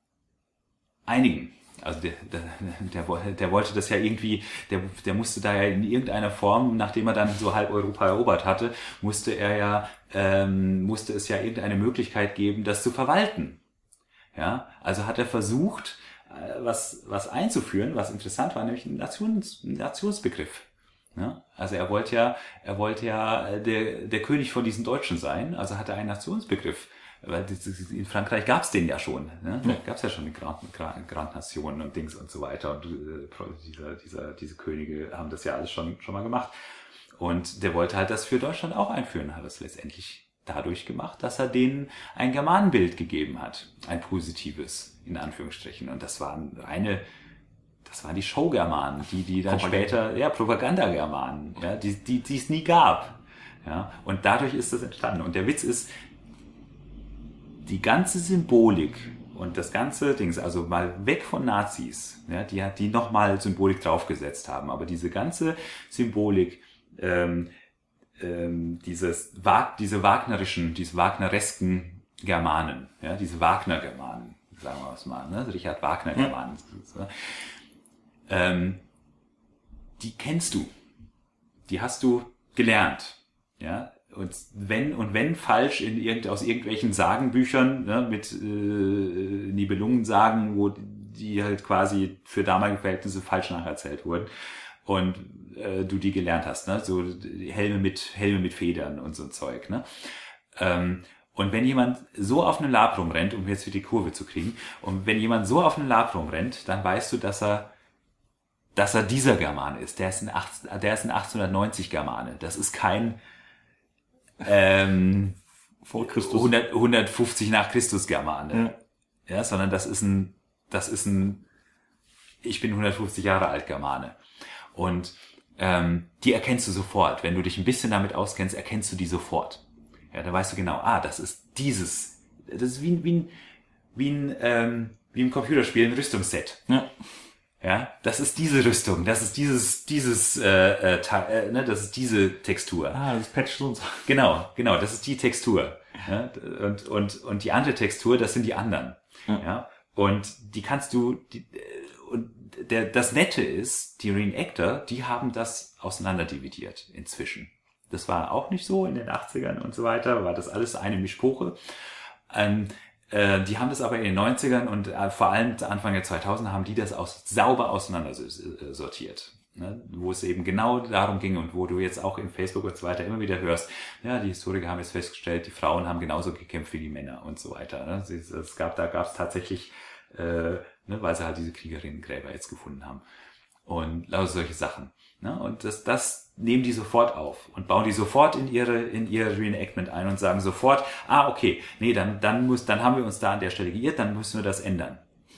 einigen. Also der, der, der, der wollte das ja irgendwie, der, der musste da ja in irgendeiner Form, nachdem er dann so halb Europa erobert hatte, musste er ja, ähm, musste es ja irgendeine Möglichkeit geben, das zu verwalten. Ja, also hat er versucht, äh, was, was einzuführen, was interessant war, nämlich ein Nations, ein Nationsbegriff. Ja, also er wollte ja, er wollte ja der, der König von diesen Deutschen sein, also hat er einen Nationsbegriff weil in Frankreich gab's den ja schon, ne? Da gab's ja schon die Grand, Grand, Grand Nation und Dings und so weiter und äh, dieser, dieser, diese Könige haben das ja alles schon, schon mal gemacht. Und der wollte halt das für Deutschland auch einführen, hat es letztendlich dadurch gemacht, dass er denen ein Germanenbild gegeben hat, ein positives, in Anführungsstrichen. Und das waren reine, das waren die Showgermanen, die, die dann Propaganda. später, ja, Propagandagermanen, ja, die, die, die es nie gab. Ja, und dadurch ist das entstanden. Und der Witz ist, die ganze Symbolik und das ganze Dings, also mal weg von Nazis, ja, die hat die nochmal Symbolik draufgesetzt haben, aber diese ganze Symbolik, ähm, ähm, dieses diese wagnerischen, diese wagneresken Germanen, ja, diese Wagner-Germanen, sagen wir es mal, ne, Richard Wagner-Germanen, ja. ähm, die kennst du, die hast du gelernt, ja. Und wenn und wenn falsch in irgend, aus irgendwelchen Sagenbüchern, ne, mit äh, Nibelungensagen, wo die halt quasi für damalige Verhältnisse falsch nacherzählt wurden und äh, du die gelernt hast, ne, so Helme mit Helme mit Federn und so ein Zeug, ne. Ähm, und wenn jemand so auf einen Lab rumrennt, um jetzt wieder die Kurve zu kriegen, und wenn jemand so auf einen Lab rumrennt, dann weißt du, dass er dass er dieser Germane ist. Der ist ein achtzehn, der ist ein achtzehnhundertneunzig Germane. Das ist kein Ähm, vor Christus. hundert, hundertfünfzig nach Christus Germane. Ja. Ja, sondern das ist ein, das ist ein, ich bin hundertfünfzig Jahre alt Germane. Und, ähm, die erkennst du sofort. Wenn du dich ein bisschen damit auskennst, erkennst du die sofort. Ja, da weißt du genau, ah, das ist dieses, das ist wie, wie ein, wie ein, ähm, wie im Computerspiel ein Rüstungsset. Ja. Ja, das ist diese Rüstung, das ist dieses, dieses, äh, äh, äh, ne, das ist diese Textur. Ah, das Patch so und so. Genau, genau, das ist die Textur. Ja, und, und, und die andere Textur, das sind die anderen. Ja. Ja, und die kannst du, die, und der, das Nette ist, die Reenactor, die haben das auseinanderdividiert inzwischen. Das war auch nicht so in den achtzigern und so weiter, war das alles eine Mischpoche. Ähm, Die haben das aber in den neunzigern und vor allem Anfang der zweitausender haben die das aus, sauber auseinander sortiert. Ne? Wo es eben genau darum ging und wo du jetzt auch in Facebook und so weiter immer wieder hörst, ja, die Historiker haben jetzt festgestellt, die Frauen haben genauso gekämpft wie die Männer und so weiter. Ne? Es gab, da gab es tatsächlich, äh, ne, weil sie halt diese Kriegerinnengräber jetzt gefunden haben. Und lauter solche Sachen. Ne? Und das, das nehmen die sofort auf und bauen die sofort in ihre, in ihr Reenactment ein und sagen sofort, ah, okay, nee, dann, dann muss, dann haben wir uns da an der Stelle geirrt, dann müssen wir das ändern.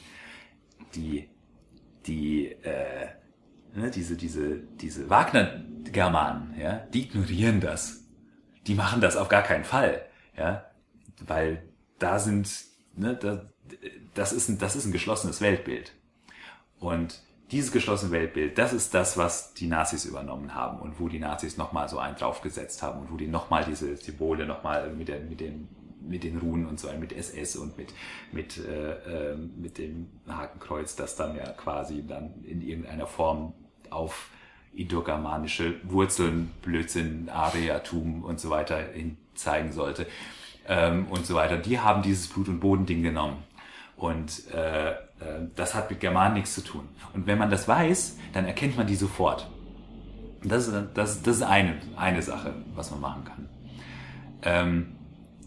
Die, die, äh, ne, diese, diese, diese Wagner-Germanen, ja, die ignorieren das. Die machen das auf gar keinen Fall, ja, weil da sind, ne, da, das ist ein, das ist ein geschlossenes Weltbild. Und dieses geschlossene Weltbild, das ist das, was die Nazis übernommen haben und wo die Nazis nochmal so einen draufgesetzt haben und wo die nochmal diese Symbole nochmal mit, der, mit, den, mit den Runen und so, mit S S und mit, mit, äh, äh, mit dem Hakenkreuz, das dann ja quasi dann in irgendeiner Form auf indogermanische Wurzeln, Blödsinn, Ariatum und so weiter hin zeigen sollte ähm, und so weiter. Die haben dieses Blut- und Bodending genommen. Und äh, äh, das hat mit Germanen nichts zu tun. Und wenn man das weiß, dann erkennt man die sofort. Und das ist, das, das ist eine, eine Sache, was man machen kann. Ähm,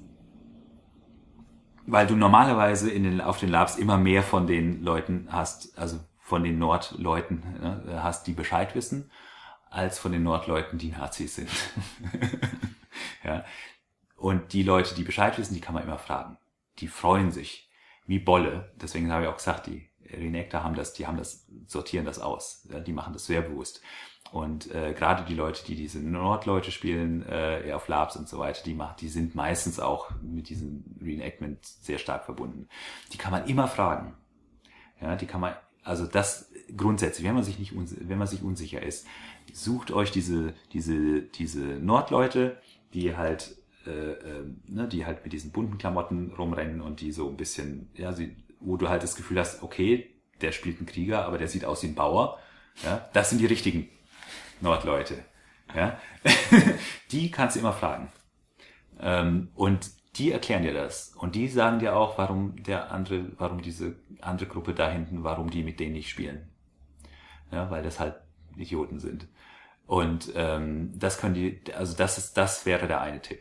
weil du normalerweise in den, auf den Labs immer mehr von den Leuten hast, also von den Nordleuten ne, hast, die Bescheid wissen, als von den Nordleuten, die Nazis sind. Ja. Und die Leute, die Bescheid wissen, die kann man immer fragen. Die freuen sich. Wie Bolle. Deswegen habe ich auch gesagt, die Reenactor haben das, die haben das, sortieren das aus. Ja, die machen das sehr bewusst. Und äh, gerade die Leute, die diese Nordleute spielen, äh, auf Labs und so weiter, die machen, die sind meistens auch mit diesem Reenactment sehr stark verbunden. Die kann man immer fragen. Ja, die kann man, also das grundsätzlich, wenn man sich nicht, wenn man sich unsicher ist, sucht euch diese, diese, diese Nordleute, die halt Äh, äh, ne, die halt mit diesen bunten Klamotten rumrennen und die so ein bisschen, ja, sie, wo du halt das Gefühl hast, okay, der spielt einen Krieger, aber der sieht aus wie ein Bauer. Ja, das sind die richtigen Nordleute. Ja, die kannst du immer fragen. Ähm, und die erklären dir das. Und die sagen dir auch, warum der andere, warum diese andere Gruppe da hinten, warum die mit denen nicht spielen. Ja, weil das halt Idioten sind. Und ähm, das können die, also das ist, das wäre der eine Tipp.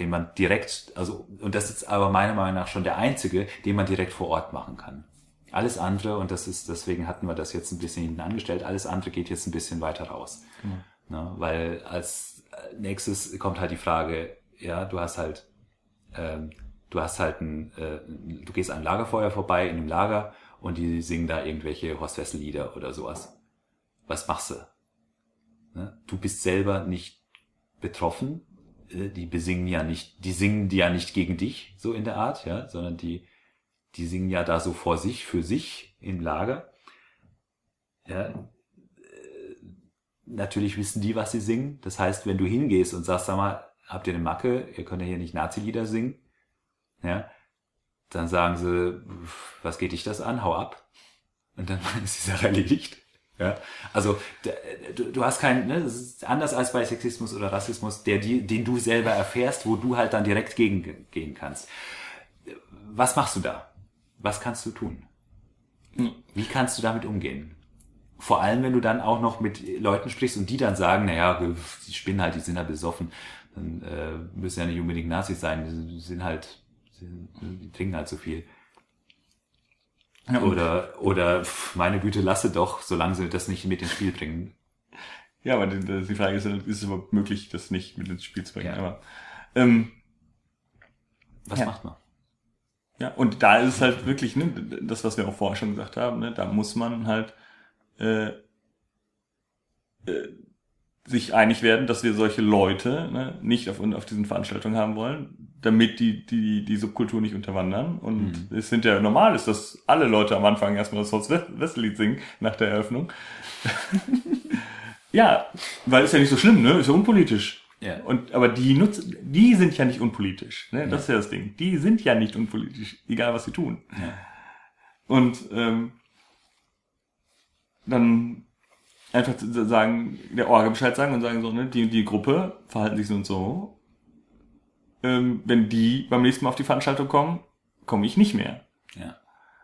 den man direkt, also, und das ist aber meiner Meinung nach schon der einzige, den man direkt vor Ort machen kann. Alles andere, und das ist, deswegen hatten wir das jetzt ein bisschen hinten angestellt, alles andere geht jetzt ein bisschen weiter raus. Mhm. Ne, weil als nächstes kommt halt die Frage, ja, du hast halt, ähm, du hast halt ein, äh, du gehst an einem Lagerfeuer vorbei in einem Lager und die singen da irgendwelche Horst Wessel Lieder oder sowas. Was machst du? Ne? Du bist selber nicht betroffen, äh, die besingen ja nicht, die singen die ja nicht gegen dich, so in der Art, ja, sondern die, die singen ja da so vor sich, für sich im Lager. Ja, äh, natürlich wissen die, was sie singen. Das heißt, wenn du hingehst und sagst, sag mal, habt ihr eine Macke, ihr könnt ja hier nicht Nazi-Lieder singen, ja, dann sagen sie, was geht dich das an, hau ab. Und dann ist die Sache erledigt. Ja, also du, du hast keinen, ne, das ist anders als bei Sexismus oder Rassismus, der die, den du selber erfährst, wo du halt dann direkt gegen gehen kannst. Was machst du da? Was kannst du tun? Wie kannst du damit umgehen? Vor allem, wenn du dann auch noch mit Leuten sprichst und die dann sagen, naja, die spinnen halt, die sind halt besoffen, dann äh, müssen ja nicht unbedingt Nazis sein, die sind halt, die trinken halt so viel. Ja, oder, oder, pf, meine Güte, lasse doch, solange sie das nicht mit ins Spiel bringen. Ja, aber die, die Frage ist, ist es überhaupt möglich, das nicht mit ins Spiel zu bringen? Ja. Aber, ähm, was ja. macht man? Ja, und da ist es halt wirklich, ne, das, was wir auch vorher schon gesagt haben, ne, da muss man halt, äh, äh, sich einig werden, dass wir solche Leute, ne, nicht auf, auf diesen Veranstaltungen haben wollen, damit die die die Subkultur nicht unterwandern. Und mhm. es sind ja normal ist, dass alle Leute am Anfang erstmal das Horst Wessel-Lied singen nach der Eröffnung. Ja, weil ist ja nicht so schlimm, ne? Ist ja unpolitisch. Ja. Und aber die nutzen, die sind ja nicht unpolitisch, ne? Das ja. ist ja das Ding. Die sind ja nicht unpolitisch, egal was sie tun. Ja. Und ähm, dann einfach sagen, der Orga Bescheid sagen und sagen so, ne, die die Gruppe verhalten sich so und so. Ähm, wenn die beim nächsten Mal auf die Veranstaltung kommen, komme ich nicht mehr. Ja.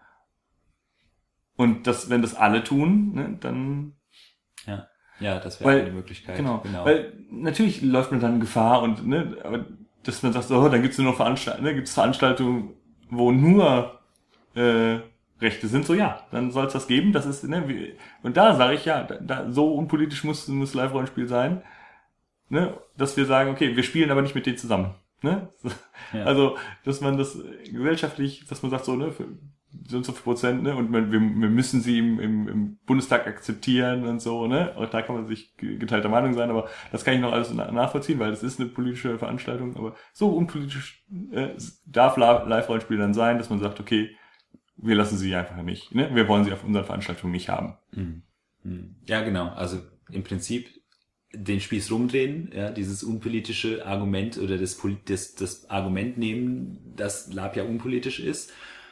Und das, wenn das alle tun, ne, dann ja, ja, das wäre eine Möglichkeit. Genau, genau, weil natürlich läuft man dann Gefahr und ne, aber dass man sagt, so, oh, dann gibt's nur noch Veranstaltungen, ne, gibt's Veranstaltungen, wo nur äh, Rechte sind, so ja, dann soll es das geben. Das ist ne, wie, und da sage ich ja, da, da, so unpolitisch muss muss Live-Rollenspiel sein, ne, dass wir sagen, okay, wir spielen aber nicht mit denen zusammen. Ne? Ja. Also, dass man das gesellschaftlich, dass man sagt so, ne, für so und so viel Prozent, ne, und man, wir, wir müssen sie im, im, im Bundestag akzeptieren und so, ne, auch da kann man sich geteilter Meinung sein, aber das kann ich noch alles nachvollziehen, weil das ist eine politische Veranstaltung, aber so unpolitisch äh, darf Live-Rollenspiel dann sein, dass man sagt, okay, wir lassen sie einfach nicht, ne, wir wollen sie auf unseren Veranstaltungen nicht haben. Mhm. Ja, genau, also im Prinzip den Spieß rumdrehen, ja, dieses unpolitische Argument oder das, das, das Argument nehmen, dass Lab ja unpolitisch ist,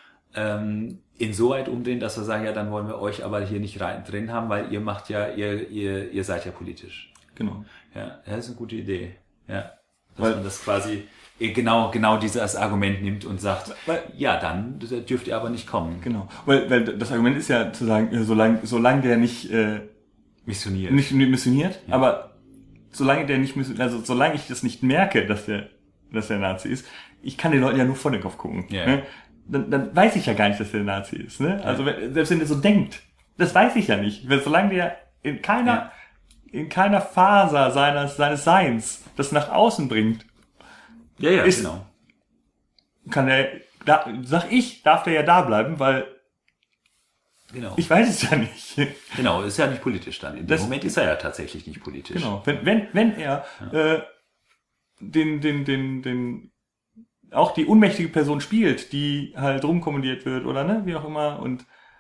ähm, insoweit umdrehen, dass wir sagen, ja, dann wollen wir euch aber hier nicht rein, drin haben, weil ihr macht ja, ihr, ihr, ihr seid ja politisch. Genau. Ja, das ist eine gute Idee. Ja, dass weil, man das quasi genau, genau dieses Argument nimmt und sagt, weil, ja, dann dürft ihr aber nicht kommen. Genau. Weil, weil das Argument ist ja zu sagen, solange, solange der nicht, äh, missioniert. Nicht missioniert, ja. Aber solange der nicht missioniert, also solange ich das nicht merke, dass der, dass der Nazi ist, ich kann den Leuten ja nur vor den Kopf gucken. Ja. Ne? Dann, dann weiß ich ja gar nicht, dass der Nazi ist. Ne? Ja. Also wenn, selbst wenn der so denkt, das weiß ich ja nicht. Weil solange der in keiner, ja. in keiner Faser seines, seines Seins das nach außen bringt, ja, ja, ist, genau. kann der, da, sag ich, darf der ja da bleiben, weil Genau. Ich weiß es ja nicht. Genau, ist ja nicht politisch dann. In dem das, Moment ist er ja tatsächlich nicht politisch. Genau. Wenn, wenn, wenn er ja. äh, den, den, den, den, auch die unmächtige Person spielt, die halt rumkommandiert wird oder ne, wie auch immer, und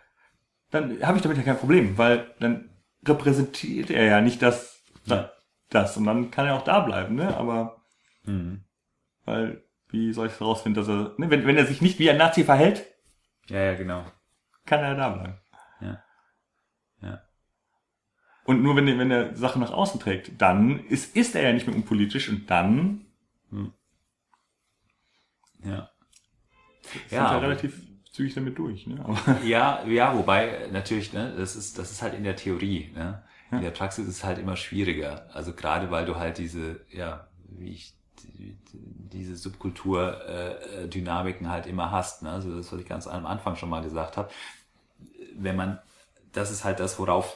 dann habe ich damit ja kein Problem, weil dann repräsentiert er ja nicht das, ja. das, und dann kann er auch da bleiben, ne, aber, mhm. weil, wie soll ich herausfinden, dass er, ne, wenn, wenn er sich nicht wie ein Nazi verhält, ja, ja, genau. kann er da bleiben. Ja. Ja. Und nur wenn er, wenn er Sachen nach außen trägt, dann ist, ist er ja nicht mehr unpolitisch und dann hm. ja. Sind ja, ja relativ zügig damit durch, ne? Aber ja, ja, wobei natürlich, ne, das ist, das ist halt in der Theorie, ne? In ja. der Praxis ist es halt immer schwieriger. Also gerade weil du halt diese, ja, wie ich die, diese Subkultur-Dynamiken halt immer hast. Ne? Also das, was ich ganz am Anfang schon mal gesagt habe. Wenn man, das ist halt das, worauf,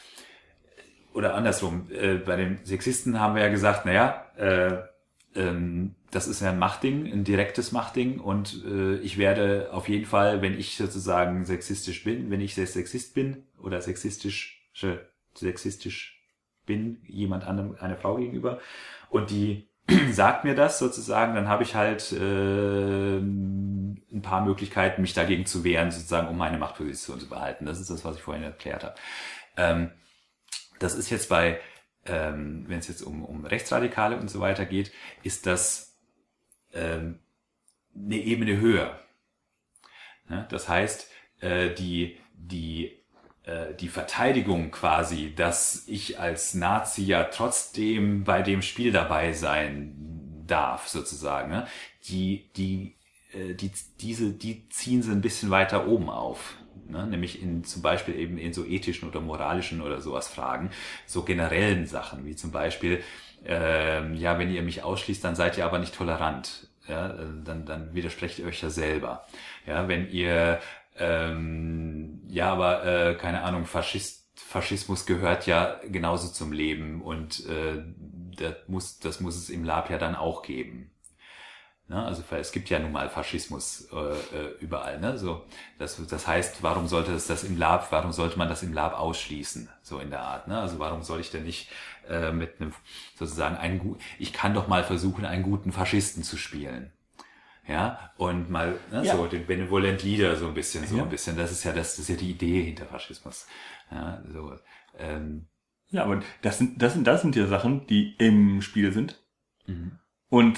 oder andersrum, äh, bei den Sexisten haben wir ja gesagt, naja, äh, ähm, das ist ja ein Machtding, ein direktes Machtding und äh, ich werde auf jeden Fall, wenn ich sozusagen sexistisch bin, wenn ich Sexist bin oder sexistisch, sexistisch bin, jemand anderem, einer Frau gegenüber und die sagt mir das sozusagen, dann habe ich halt äh, ein paar Möglichkeiten, mich dagegen zu wehren, sozusagen, um meine Machtposition zu behalten. Das ist das, was ich vorhin erklärt habe. Ähm, das ist jetzt bei, ähm, wenn es jetzt um, um Rechtsradikale und so weiter geht, ist das ähm, eine Ebene höher. Ja, das heißt, äh, die, die die Verteidigung quasi, dass ich als Nazi ja trotzdem bei dem Spiel dabei sein darf, sozusagen, ne? die, die, die, diese, die ziehen sie ein bisschen weiter oben auf, ne? Nämlich in, zum Beispiel eben in so ethischen oder moralischen oder sowas Fragen, so generellen Sachen, wie zum Beispiel, ähm, ja, wenn ihr mich ausschließt, dann seid ihr aber nicht tolerant, ja, dann, dann widersprecht ihr euch ja selber, ja, wenn ihr Ähm, ja, aber äh, keine Ahnung, Faschist, Faschismus gehört ja genauso zum Leben und äh, das muss, das muss es im Lab ja dann auch geben. Ne? Also es gibt ja nun mal Faschismus äh, überall. Ne? So, das, das heißt, warum sollte es das im Lab, warum sollte man das im Lab ausschließen? So in der Art. Ne? Also warum soll ich denn nicht äh, mit einem sozusagen einen, ich kann doch mal versuchen, einen guten Faschisten zu spielen. Ja, und mal ne, ja. so den Benevolent Leader so ein bisschen, so ja. ein bisschen. Das ist ja das, das ist ja die Idee hinter Faschismus. Ja, so, ähm. ja, aber das sind, das sind, das sind ja Sachen, die im Spiel sind. Mhm. Und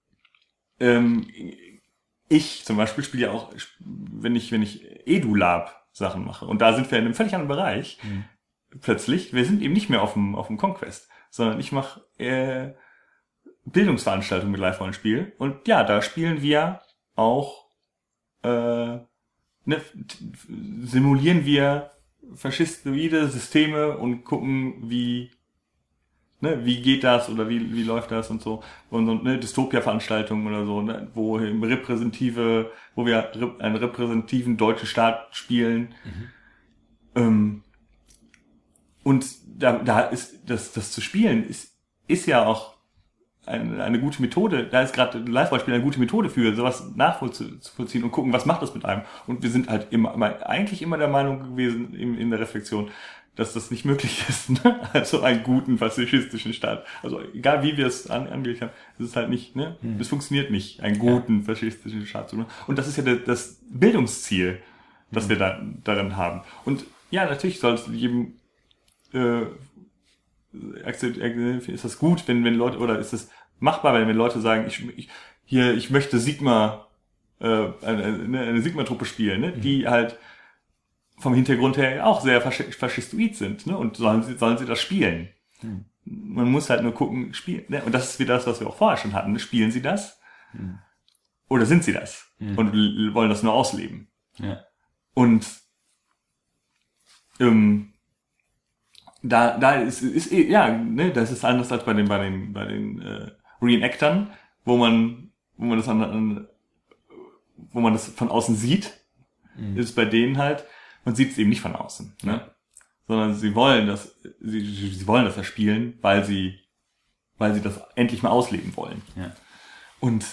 ähm, ich zum Beispiel spiele ja auch, wenn ich, wenn ich EduLab Sachen mache. Und da sind wir in einem völlig anderen Bereich. Mhm. Plötzlich, wir sind eben nicht mehr auf dem, auf dem Conquest, sondern ich mache äh, Bildungsveranstaltung mit Live-Rollenspiel. Und ja, da spielen wir auch, äh, ne, simulieren wir faschistoide Systeme und gucken, wie, ne, wie geht das oder wie, wie läuft das und so. Und, und ne, Dystopia-Veranstaltungen oder so, ne, wo repräsentative, wo wir einen repräsentativen deutschen Staat spielen. Mhm. Ähm, und da, da ist, das, das zu spielen ist, ist ja auch Eine, eine gute Methode, da ist gerade Live-Rollenspiel eine gute Methode für, sowas nachvollziehen und gucken, was macht das mit einem. Und wir sind halt immer, eigentlich immer der Meinung gewesen, in, in der Reflexion, dass das nicht möglich ist, ne? Also einen guten faschistischen Staat. Also egal wie wir es an, angelegt haben, es ist halt nicht, ne? Es hm. funktioniert nicht, einen guten ja. faschistischen Staat zu machen. Und das ist ja das Bildungsziel, das hm. wir da darin haben. Und ja, natürlich soll es jedem äh, ist das gut, wenn wenn Leute, oder ist es machbar, wenn, wenn Leute sagen, ich, ich hier ich möchte Sigma äh, eine, eine Sigma-Truppe spielen, ne, mhm. die halt vom Hintergrund her auch sehr faschistoid sind, ne, und sollen sie sollen sie das spielen. Mhm. Man muss halt nur gucken, spielen, ne, und das ist wieder das, was wir auch vorher schon hatten. Spielen sie das? Mhm. Oder sind sie das? Mhm. Und wollen das nur ausleben? Ja. Und ähm, Da, da ist, ist, ja, ne, das ist anders als bei den, bei den, bei den, äh, Reenactern, wo man, wo man das an, an wo man das von außen sieht, mhm. ist bei denen halt, man sieht es eben nicht von außen, ne, ja. sondern sie wollen das, sie, sie wollen das ja spielen, weil sie, weil sie das endlich mal ausleben wollen. Ja. Und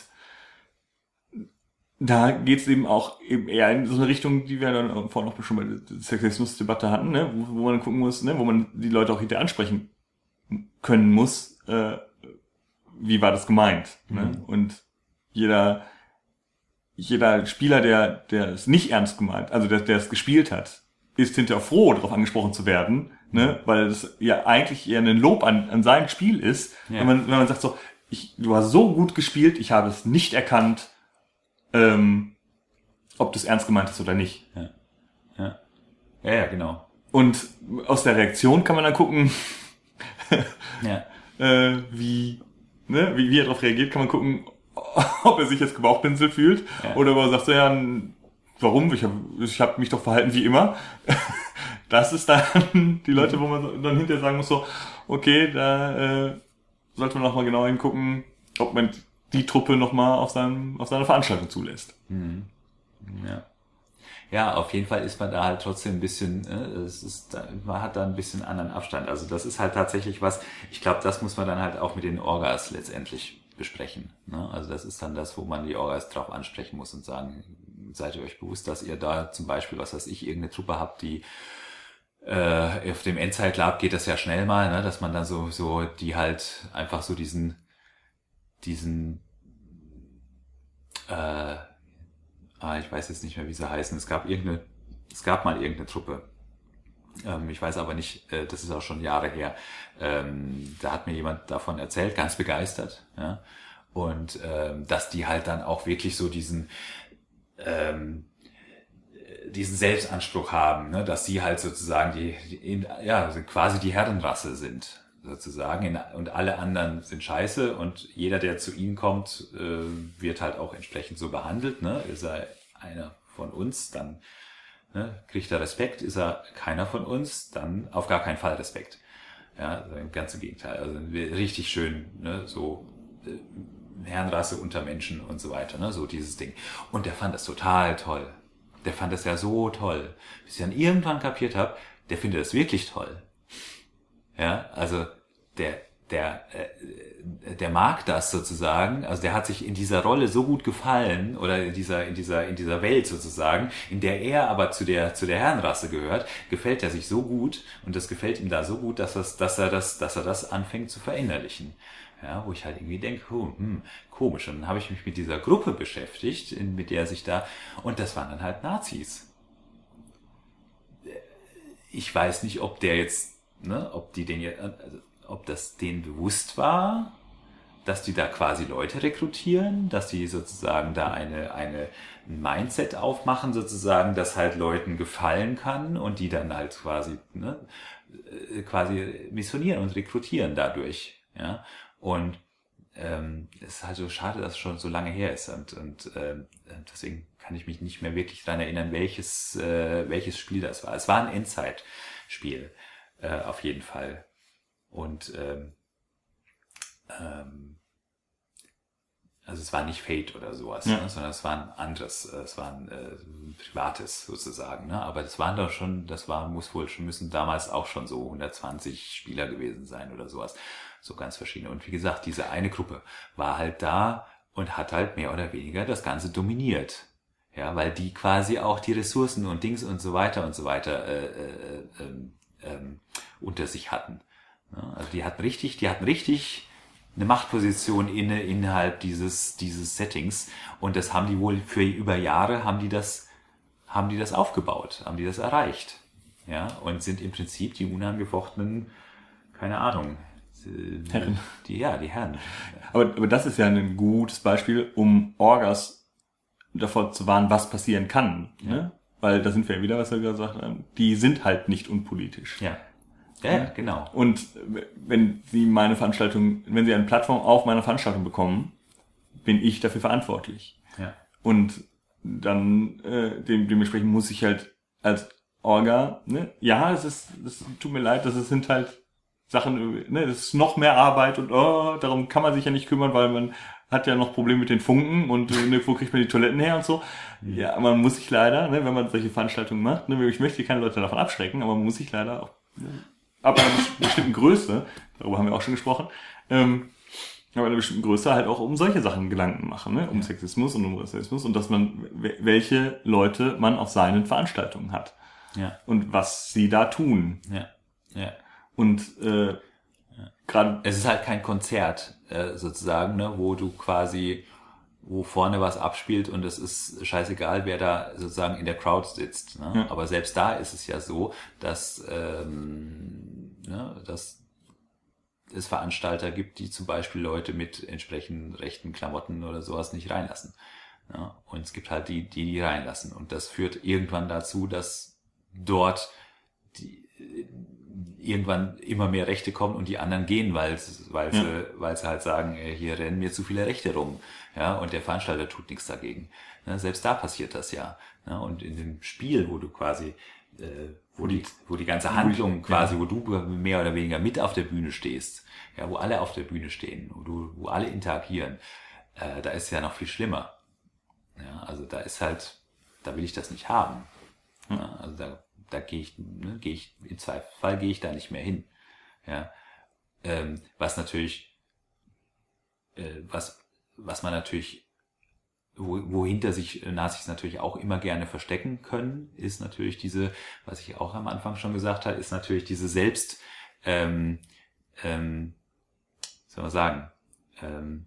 da geht's eben auch eben eher in so eine Richtung, die wir dann vorhin auch schon bei der Sexismusdebatte hatten, ne, wo, wo man gucken muss, ne, wo man die Leute auch hinterher ansprechen können muss, äh, wie war das gemeint, mhm. ne? Und jeder jeder Spieler, der der es nicht ernst gemeint, also der der es gespielt hat, ist hinterher froh, darauf angesprochen zu werden, ne, weil es ja eigentlich eher ein Lob an an sein Spiel ist, ja. wenn man wenn man sagt so, ich du hast so gut gespielt, ich habe es nicht erkannt, Ähm, ob du es ernst gemeint hast oder nicht. Ja. Ja. Ja, ja, genau. Und aus der Reaktion kann man dann gucken, ja. äh, wie, ne, wie, wie er darauf reagiert, kann man gucken, ob er sich jetzt gebauchpinselt fühlt ja. oder ob er sagt so, ja, warum? Ich habe ich hab mich doch verhalten wie immer. Das ist dann die Leute, wo man dann hinterher sagen muss so, okay, da äh, sollte man noch mal genau hingucken, ob man die Truppe nochmal auf seinem, auf seiner Veranstaltung zulässt. Mhm. Ja. Ja, auf jeden Fall ist man da halt trotzdem ein bisschen, äh, es ist, man hat da ein bisschen anderen Abstand. Also das ist halt tatsächlich was, ich glaube, das muss man dann halt auch mit den Orgas letztendlich besprechen. Ne? Also das ist dann das, wo man die Orgas drauf ansprechen muss und sagen, seid ihr euch bewusst, dass ihr da zum Beispiel, was weiß ich, irgendeine Truppe habt, die äh, auf dem Endzeitlab geht das ja schnell mal, ne? Dass man dann so, so die halt einfach so diesen, diesen äh, Ah, ich weiß jetzt nicht mehr, wie sie heißen. Es gab irgendeine, es gab mal irgendeine Truppe. Ähm, ich weiß aber nicht, äh, das ist auch schon Jahre her. Ähm, da hat mir jemand davon erzählt, ganz begeistert. Ja? Und ähm, dass die halt dann auch wirklich so diesen, ähm, diesen Selbstanspruch haben, ne? Dass sie halt sozusagen die, die ja, quasi die Herrenrasse sind. Sozusagen, und alle anderen sind scheiße und jeder, der zu ihnen kommt, wird halt auch entsprechend so behandelt. Ne? Ist er einer von uns, dann ne, kriegt er Respekt. Ist er keiner von uns, dann auf gar keinen Fall Respekt. Ja, ganz im Gegenteil. Also richtig schön, ne, so Herrenrasse unter Menschen und so weiter, ne, so dieses Ding. Und der fand das total toll. Der fand das ja so toll, bis ich dann irgendwann kapiert habe, der findet das wirklich toll. Ja, also der, der, äh, der mag das sozusagen, also der hat sich in dieser Rolle so gut gefallen oder in dieser, in dieser, in dieser Welt sozusagen, in der er aber zu der, zu der Herrenrasse gehört, gefällt er sich so gut und das gefällt ihm da so gut, dass das, dass er das, dass er das anfängt zu verinnerlichen. Ja, wo ich halt irgendwie denke, oh, hm, komisch. Und dann habe ich mich mit dieser Gruppe beschäftigt, in, mit der sich da, und das waren dann halt Nazis. Ich weiß nicht, ob der jetzt Ne, ob die den jetzt, also, ob das denen bewusst war, dass die da quasi Leute rekrutieren, dass die sozusagen da eine, eine, ein Mindset aufmachen, sozusagen, das halt Leuten gefallen kann und die dann halt quasi, ne, quasi missionieren und rekrutieren dadurch, ja. Und, ähm, es ist halt so schade, dass es schon so lange her ist und, und, ähm, deswegen kann ich mich nicht mehr wirklich daran erinnern, welches, äh, welches Spiel das war. Es war ein Endzeitspiel. Äh, auf jeden Fall. Und ähm, ähm, also es war nicht Fate oder sowas, ja. ne, sondern es war ein anderes, es war ein äh, privates sozusagen. Ne? Aber das waren doch schon, das war, muss wohl schon, müssen damals auch schon so hundertzwanzig Spieler gewesen sein oder sowas. So ganz verschiedene. Und wie gesagt, diese eine Gruppe war halt da und hat halt mehr oder weniger das Ganze dominiert. Ja, weil die quasi auch die Ressourcen und Dings und so weiter und so weiter äh, äh, äh, Ähm, unter sich hatten. Ja, also die hatten richtig, die hatten richtig eine Machtposition inne innerhalb dieses dieses Settings und das haben die wohl für über Jahre haben die das haben die das aufgebaut, haben die das erreicht, ja und sind im Prinzip die unangefochtenen, keine Ahnung, die, Herren. Die ja die Herren. Aber aber das ist ja ein gutes Beispiel, um Orgas davor zu warnen, was passieren kann, ja. ne? Weil da sind wir ja wieder, was wir gesagt haben, die sind halt nicht unpolitisch. Ja. Ja, ja, genau. Und wenn Sie meine Veranstaltung, wenn Sie eine Plattform auf meiner Veranstaltung bekommen, bin ich dafür verantwortlich. Ja. Und dann äh, dem, dementsprechend muss ich halt als Orga, ne, ja, es ist, es tut mir leid, das sind halt Sachen, ne, das ist noch mehr Arbeit und oh, darum kann man sich ja nicht kümmern, weil man hat ja noch Probleme mit den Funken und ne, wo kriegt man die Toiletten her und so. Ja, man muss sich leider, ne, wenn man solche Veranstaltungen macht, ne, ich möchte keine Leute davon abschrecken, aber man muss sich leider auch, ne, ab einer bestimmten Größe, darüber haben wir auch schon gesprochen, ähm, aber einer bestimmten Größe halt auch um solche Sachen Gedanken machen, ne, um ja. Sexismus und um Rassismus und dass man, welche Leute man auf seinen Veranstaltungen hat. Ja. Und was sie da tun. Ja, ja. Und äh, ja. gerade es ist halt kein Konzert äh, sozusagen, ne, wo du quasi, wo vorne was abspielt und es ist scheißegal, wer da sozusagen in der Crowd sitzt. Ne? Ja. Aber selbst da ist es ja so, dass, ähm, ne, dass es Veranstalter gibt, die zum Beispiel Leute mit entsprechend rechten Klamotten oder sowas nicht reinlassen. Ja? Und es gibt halt die, die die reinlassen. Und das führt irgendwann dazu, dass dort die irgendwann immer mehr Rechte kommen und die anderen gehen, weil weil ja. sie weil sie halt sagen, hier rennen mir zu viele Rechte rum, ja, und der Veranstalter tut nichts dagegen. Ja, selbst da passiert das ja. Ja, und in dem Spiel, wo du quasi äh, wo die, wo die ganze Handlung quasi, wo du mehr oder weniger mit auf der Bühne stehst, ja, wo alle auf der Bühne stehen, wo du, wo alle interagieren, äh, da ist es ja noch viel schlimmer. Ja, also da ist halt, da will ich das nicht haben. Ja, also da, da gehe ich, ne, gehe ich, im Zweifelsfall gehe ich da nicht mehr hin. Ja, ähm, was natürlich, äh, was, was man natürlich, wo, wohinter sich Nazis natürlich auch immer gerne verstecken können, ist natürlich diese, was ich auch am Anfang schon gesagt habe, ist natürlich diese Selbst, ähm, ähm, soll man sagen, ähm,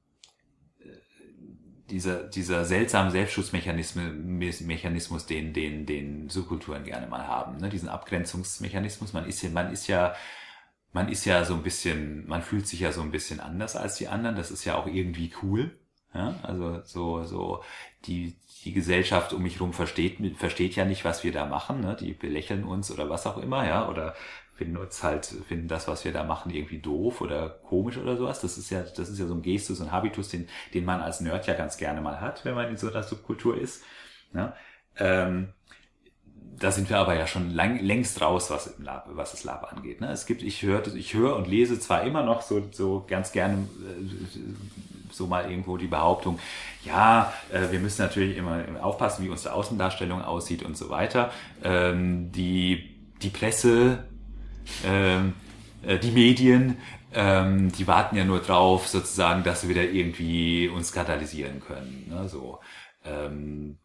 dieser, dieser seltsame Selbstschutzmechanismus, Mechanismus, den, den, den Subkulturen gerne mal haben, ne? Diesen Abgrenzungsmechanismus. Man ist ja, man ist ja, man ist ja so ein bisschen, man fühlt sich ja so ein bisschen anders als die anderen. Das ist ja auch irgendwie cool. Ja? Also, so, so, die, die Gesellschaft um mich herum versteht, versteht ja nicht, was wir da machen, ne? Die belächeln uns oder was auch immer, ja, oder finden uns halt, finden das, was wir da machen, irgendwie doof oder komisch oder sowas. Das ist ja, das ist ja so ein Gestus und Habitus, den, den man als Nerd ja ganz gerne mal hat, wenn man in so einer Subkultur ist. Ja? Ähm, da sind wir aber ja schon lang, längst raus, was im Lab, was das Lab angeht. Ne? Es gibt, ich höre, ich höre und lese zwar immer noch so, so ganz gerne äh, so mal irgendwo die Behauptung, ja, äh, wir müssen natürlich immer aufpassen, wie unsere Außendarstellung aussieht und so weiter. Ähm, die, die Presse, Ähm, äh, die Medien, ähm, die warten ja nur drauf, sozusagen, dass sie wieder irgendwie uns skandalisieren können. Ne? So, ähm,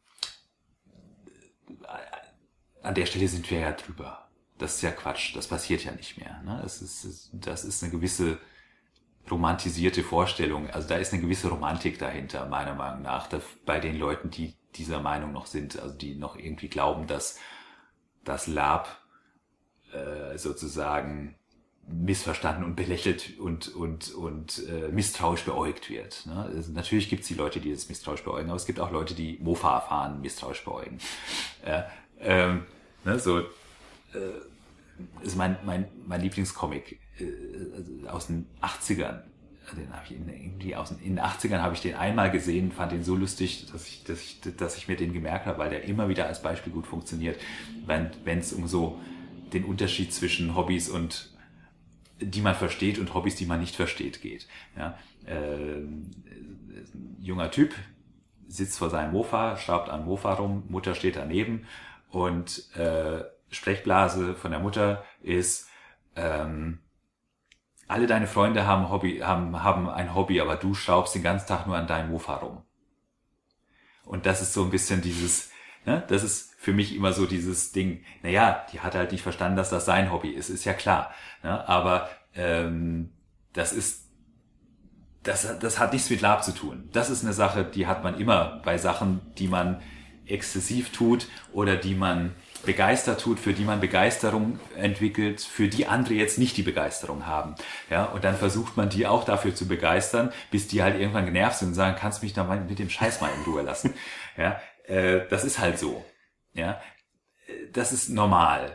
an der Stelle sind wir ja drüber. Das ist ja Quatsch, das passiert ja nicht mehr. Ne? Das ist, das ist eine gewisse romantisierte Vorstellung. Also da ist eine gewisse Romantik dahinter, meiner Meinung nach, bei den Leuten, die dieser Meinung noch sind, also die noch irgendwie glauben, dass das Lab sozusagen missverstanden und belächelt und und und äh, misstrauisch beäugt wird. Ne? Also natürlich gibt es die Leute, die das misstrauisch beäugen, aber es gibt auch Leute, die Mofa fahren, misstrauisch beäugen. Ja, ähm, ne, so äh, ist mein mein mein Lieblingscomic äh, aus den achtzigern. Den habe ich in, irgendwie aus den, in den achtzigern habe ich den einmal gesehen, fand den so lustig, dass ich dass ich dass ich mir den gemerkt habe, weil der immer wieder als Beispiel gut funktioniert, wenn wenn es um so den Unterschied zwischen Hobbys und die man versteht und Hobbys, die man nicht versteht, geht. Ja, äh, ein junger Typ sitzt vor seinem Mofa, schraubt an Mofa rum, Mutter steht daneben und äh, Sprechblase von der Mutter ist, ähm, alle deine Freunde haben Hobby, haben haben ein Hobby, aber du schraubst den ganzen Tag nur an deinem Mofa rum. Und das ist so ein bisschen dieses, ne, das ist für mich immer so dieses Ding, naja, die hat halt nicht verstanden, dass das sein Hobby ist, ist ja klar. Ne? Aber ähm, das ist, das, das hat nichts mit Lab zu tun. Das ist eine Sache, die hat man immer bei Sachen, die man exzessiv tut oder die man begeistert tut, für die man Begeisterung entwickelt, für die andere jetzt nicht die Begeisterung haben. Ja, und dann versucht man die auch dafür zu begeistern, bis die halt irgendwann genervt sind und sagen, kannst du mich da mal mit dem Scheiß mal in Ruhe lassen. Ja, äh, das ist halt so. Ja, das ist normal.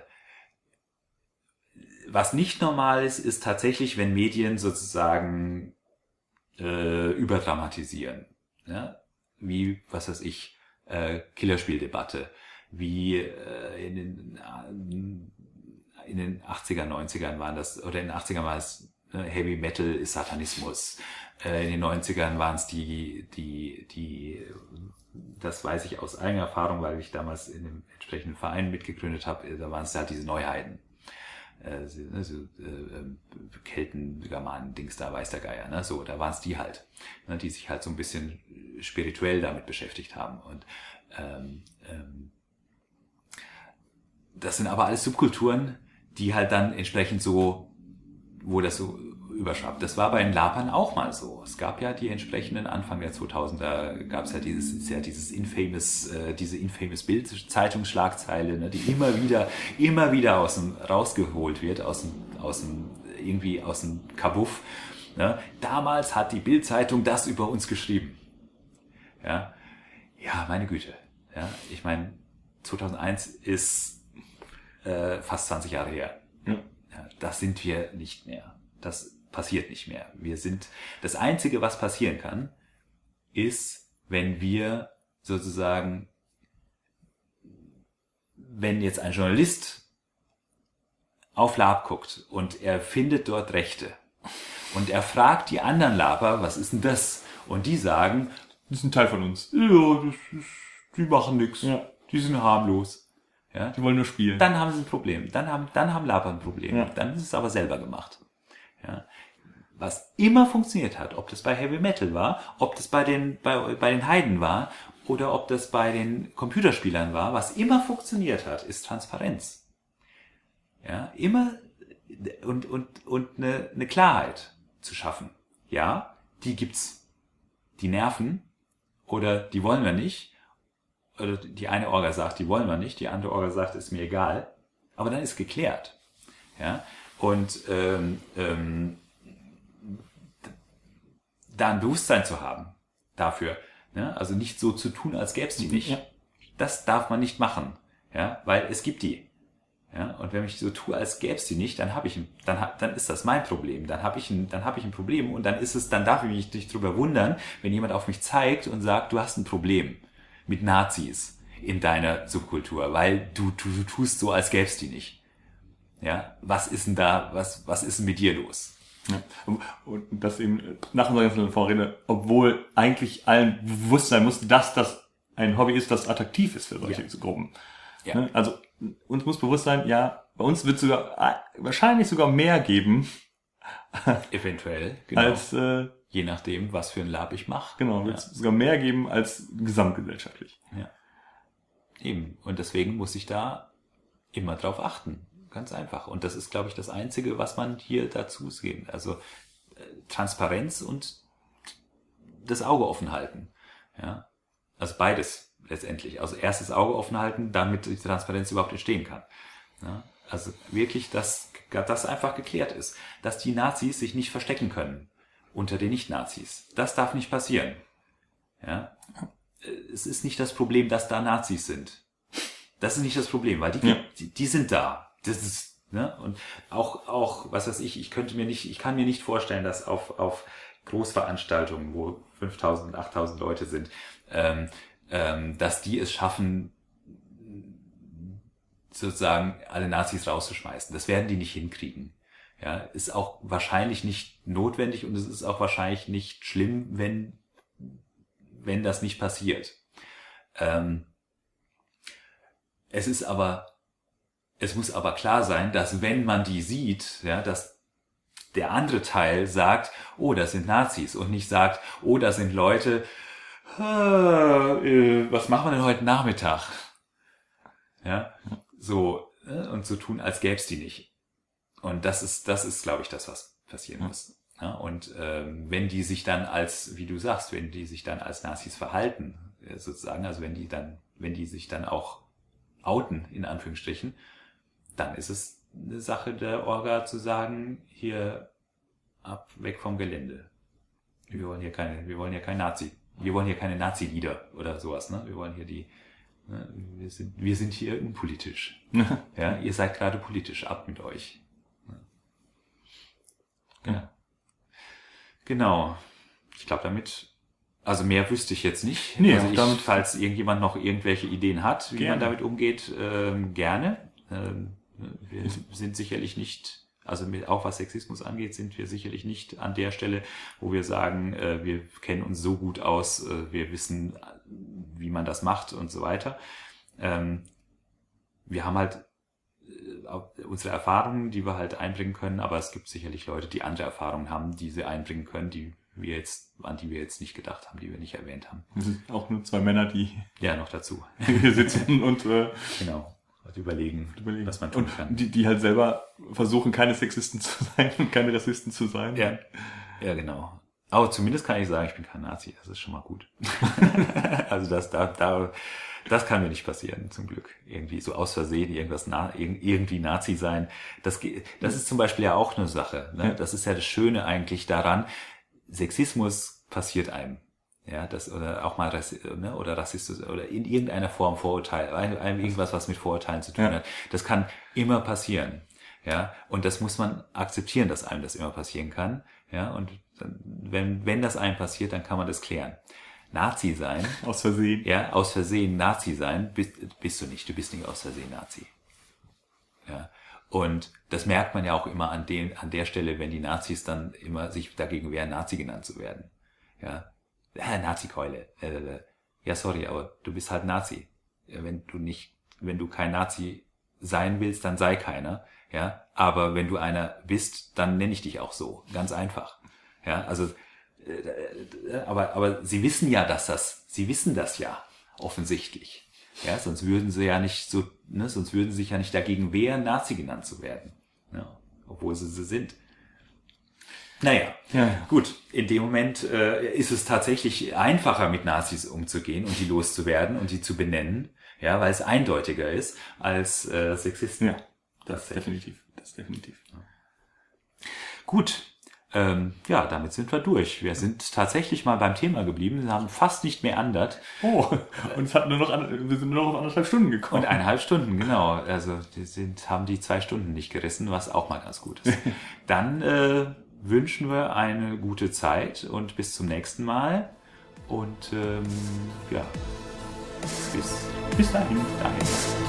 Was nicht normal ist, ist tatsächlich, wenn Medien sozusagen äh, überdramatisieren. Ja? Wie, was weiß ich, äh, Killerspieldebatte, wie äh, in den in den achtziger, neunzigern waren das, oder in den achtzigern war es äh, Heavy Metal ist Satanismus. Äh, in den neunzigern waren es die, die, die das weiß ich aus eigener Erfahrung, weil ich damals in dem entsprechenden Verein mitgegründet habe, da waren es halt diese Neuheiten. Äh, so, äh, Kelten, Germanen, Dings da, weiß der Geier, ne? So, da waren es die halt, ne? Die sich halt so ein bisschen spirituell damit beschäftigt haben. Und ähm, ähm, das sind aber alles Subkulturen, die halt dann entsprechend so, wo das so überschwappt. Das war bei den Lapern auch mal so. Es gab ja die entsprechenden, Anfang der zweitausender gab es ja dieses, ja dieses infamous, äh, diese infamous Bild-Zeitungsschlagzeile, ne, die immer wieder, immer wieder aus dem, rausgeholt wird, aus dem, aus dem, irgendwie aus dem Kabuff. Ne. Damals hat die Bild-Zeitung das über uns geschrieben. Ja, ja, meine Güte. Ja, ich meine, zweitausendeins ist äh, fast zwanzig Jahre her. Ja. Ja, das sind wir nicht mehr. Das passiert nicht mehr. Wir sind, das Einzige, was passieren kann, ist, wenn wir sozusagen wenn jetzt ein Journalist auf Lab guckt und er findet dort Rechte und er fragt die anderen Laber, was ist denn das? Und die sagen, das ist ein Teil von uns. Ja, das ist, die machen nichts. Ja. Die sind harmlos. Ja. Die wollen nur spielen. Dann haben sie ein Problem. Dann haben, dann haben Laber ein Problem. Ja. Dann ist es aber selber gemacht. Ja. Was immer funktioniert hat, ob das bei Heavy Metal war, ob das bei den, bei, bei den Heiden war oder ob das bei den Computerspielern war, was immer funktioniert hat, ist Transparenz. Ja, immer und, und, und eine, eine Klarheit zu schaffen. Ja, die gibt's. Die nerven oder die wollen wir nicht. Oder die eine Orga sagt, die wollen wir nicht, die andere Orga sagt, ist mir egal. Aber dann ist geklärt. Ja, und ähm, ähm, da ein Bewusstsein zu haben dafür, ne? Also nicht so zu tun, als gäbe es die nicht. Ja. Das darf man nicht machen, ja, weil es gibt die. Ja, und wenn ich so tue, als gäbe es die nicht, dann habe ich ein, dann hab, dann ist das mein Problem. Dann habe ich ein, dann habe ich ein Problem und dann ist es, dann darf ich mich nicht drüber wundern, wenn jemand auf mich zeigt und sagt, du hast ein Problem mit Nazis in deiner Subkultur, weil du, du, du tust so, als gäbe es die nicht. Ja, was ist denn da, was, was ist denn mit dir los? Ja. Und das eben nach unserer ganzen Vorrede, obwohl eigentlich allen bewusst sein muss, dass das ein Hobby ist, das attraktiv ist für solche ja. Gruppen. Ja. Also uns muss bewusst sein, ja, bei uns wird es sogar wahrscheinlich sogar mehr geben. Eventuell, genau. Als, äh, je nachdem, was für ein Lab ich mache. Genau, wird es ja. sogar mehr geben als gesamtgesellschaftlich. Ja. Eben. Und deswegen muss ich da immer drauf achten. Ganz einfach. Und das ist, glaube ich, das Einzige, was man hier dazu geben. Also äh, Transparenz und das Auge offen halten. Ja. Also beides letztendlich. Also erst das Auge offen halten, damit die Transparenz überhaupt entstehen kann. Ja. Also wirklich, dass das einfach geklärt ist. Dass die Nazis sich nicht verstecken können unter den Nicht-Nazis. Das darf nicht passieren. Ja. Es ist nicht das Problem, dass da Nazis sind. Das ist nicht das Problem, weil die, ja. die, die sind da. Das ist, ne, und auch, auch, was weiß ich, ich könnte mir nicht, ich kann mir nicht vorstellen, dass auf, auf Großveranstaltungen, wo fünftausend, achttausend Leute sind, ähm, ähm, dass die es schaffen, sozusagen alle Nazis rauszuschmeißen. Das werden die nicht hinkriegen. Ja, ist auch wahrscheinlich nicht notwendig und es ist auch wahrscheinlich nicht schlimm, wenn, wenn das nicht passiert. Ähm, es ist aber, Es muss aber klar sein, dass wenn man die sieht, ja, dass der andere Teil sagt, oh, das sind Nazis und nicht sagt, oh, das sind Leute, äh, was machen wir denn heute Nachmittag? Ja, so, äh, und so tun, als gäbe es die nicht. Und das ist, das ist, glaube ich, das, was passieren muss. Ja, und ähm, wenn die sich dann als, wie du sagst, wenn die sich dann als Nazis verhalten, sozusagen, also wenn die dann, wenn die sich dann auch outen, in Anführungsstrichen, dann ist es eine Sache der Orga zu sagen, hier ab, weg vom Gelände. Wir wollen hier keine, wir wollen hier kein Nazi, wir wollen hier keine Nazi-Lieder oder sowas, ne? Wir wollen hier die, ne? wir sind, wir sind hier unpolitisch. Ja, ihr seid gerade politisch, ab mit euch. Genau. Genau. Ich glaube damit, also mehr wüsste ich jetzt nicht. Nee, also ich, damit, falls irgendjemand noch irgendwelche Ideen hat, wie gerne. man damit umgeht, ähm, gerne. Ähm, Wir sind sicherlich nicht, also mit, auch was Sexismus angeht, sind wir sicherlich nicht an der Stelle, wo wir sagen, äh, wir kennen uns so gut aus, äh, wir wissen, wie man das macht und so weiter. Ähm, wir haben halt äh, unsere Erfahrungen, die wir halt einbringen können, aber es gibt sicherlich Leute, die andere Erfahrungen haben, die sie einbringen können, die wir jetzt, an die wir jetzt nicht gedacht haben, die wir nicht erwähnt haben. Wir sind auch nur zwei Männer, die ja noch dazu hier sitzen und äh, genau. Überlegen, überlegen, was man tun und kann. Die, die halt selber versuchen, keine Sexisten zu sein und keine Rassisten zu sein. Ja, ja genau. Aber zumindest kann ich sagen, ich bin kein Nazi. Das ist schon mal gut. Also das, da, da, das kann mir nicht passieren, zum Glück. Irgendwie so aus Versehen irgendwas na, irgendwie Nazi sein. Das, das ist zum Beispiel ja auch eine Sache. Ne? Ja. Das ist ja das Schöne eigentlich daran. Sexismus passiert einem. Ja, das, oder auch mal Rassi- ne, oder Rassismus oder in irgendeiner Form Vorurteil, ein, ein, irgendwas, was mit Vorurteilen zu tun ja. hat. Das kann immer passieren. Ja, und das muss man akzeptieren, dass einem das immer passieren kann. Ja, und wenn, wenn das einem passiert, dann kann man das klären. Nazi sein. Aus Versehen. Ja, aus Versehen Nazi sein, bist, bist du nicht. Du bist nicht aus Versehen Nazi. Ja. Und das merkt man ja auch immer an den, an der Stelle, wenn die Nazis dann immer sich dagegen wehren, Nazi genannt zu werden. Ja. Ja, Nazi-Keule. Äh, ja, sorry, aber du bist halt Nazi. Ja, wenn du nicht, wenn du kein Nazi sein willst, dann sei keiner. Ja. Aber wenn du einer bist, dann nenne ich dich auch so. Ganz einfach. Ja, also, äh, aber, aber sie wissen ja, dass das, sie wissen das ja offensichtlich. Ja, sonst würden sie ja nicht so, ne, sonst würden sie sich ja nicht dagegen wehren, Nazi genannt zu werden. Ja, obwohl sie sie sind. Naja, ja, ja. Gut. In dem Moment äh, ist es tatsächlich einfacher, mit Nazis umzugehen und die loszuwerden und die zu benennen, ja, weil es eindeutiger ist als äh, Sexisten. Ja, das definitiv. Das definitiv. Ja. Gut. Ähm, ja, damit sind wir durch. Wir sind tatsächlich mal beim Thema geblieben. Wir haben fast nicht mehr andert. Oh, und es hat nur noch, wir sind nur noch auf anderthalb Stunden gekommen. Und eineinhalb Stunden, genau. Also die sind, haben die zwei Stunden nicht gerissen, was auch mal ganz gut ist. Dann äh, wünschen wir eine gute Zeit und bis zum nächsten Mal. Und ähm, ja, bis, bis dahin. dahin.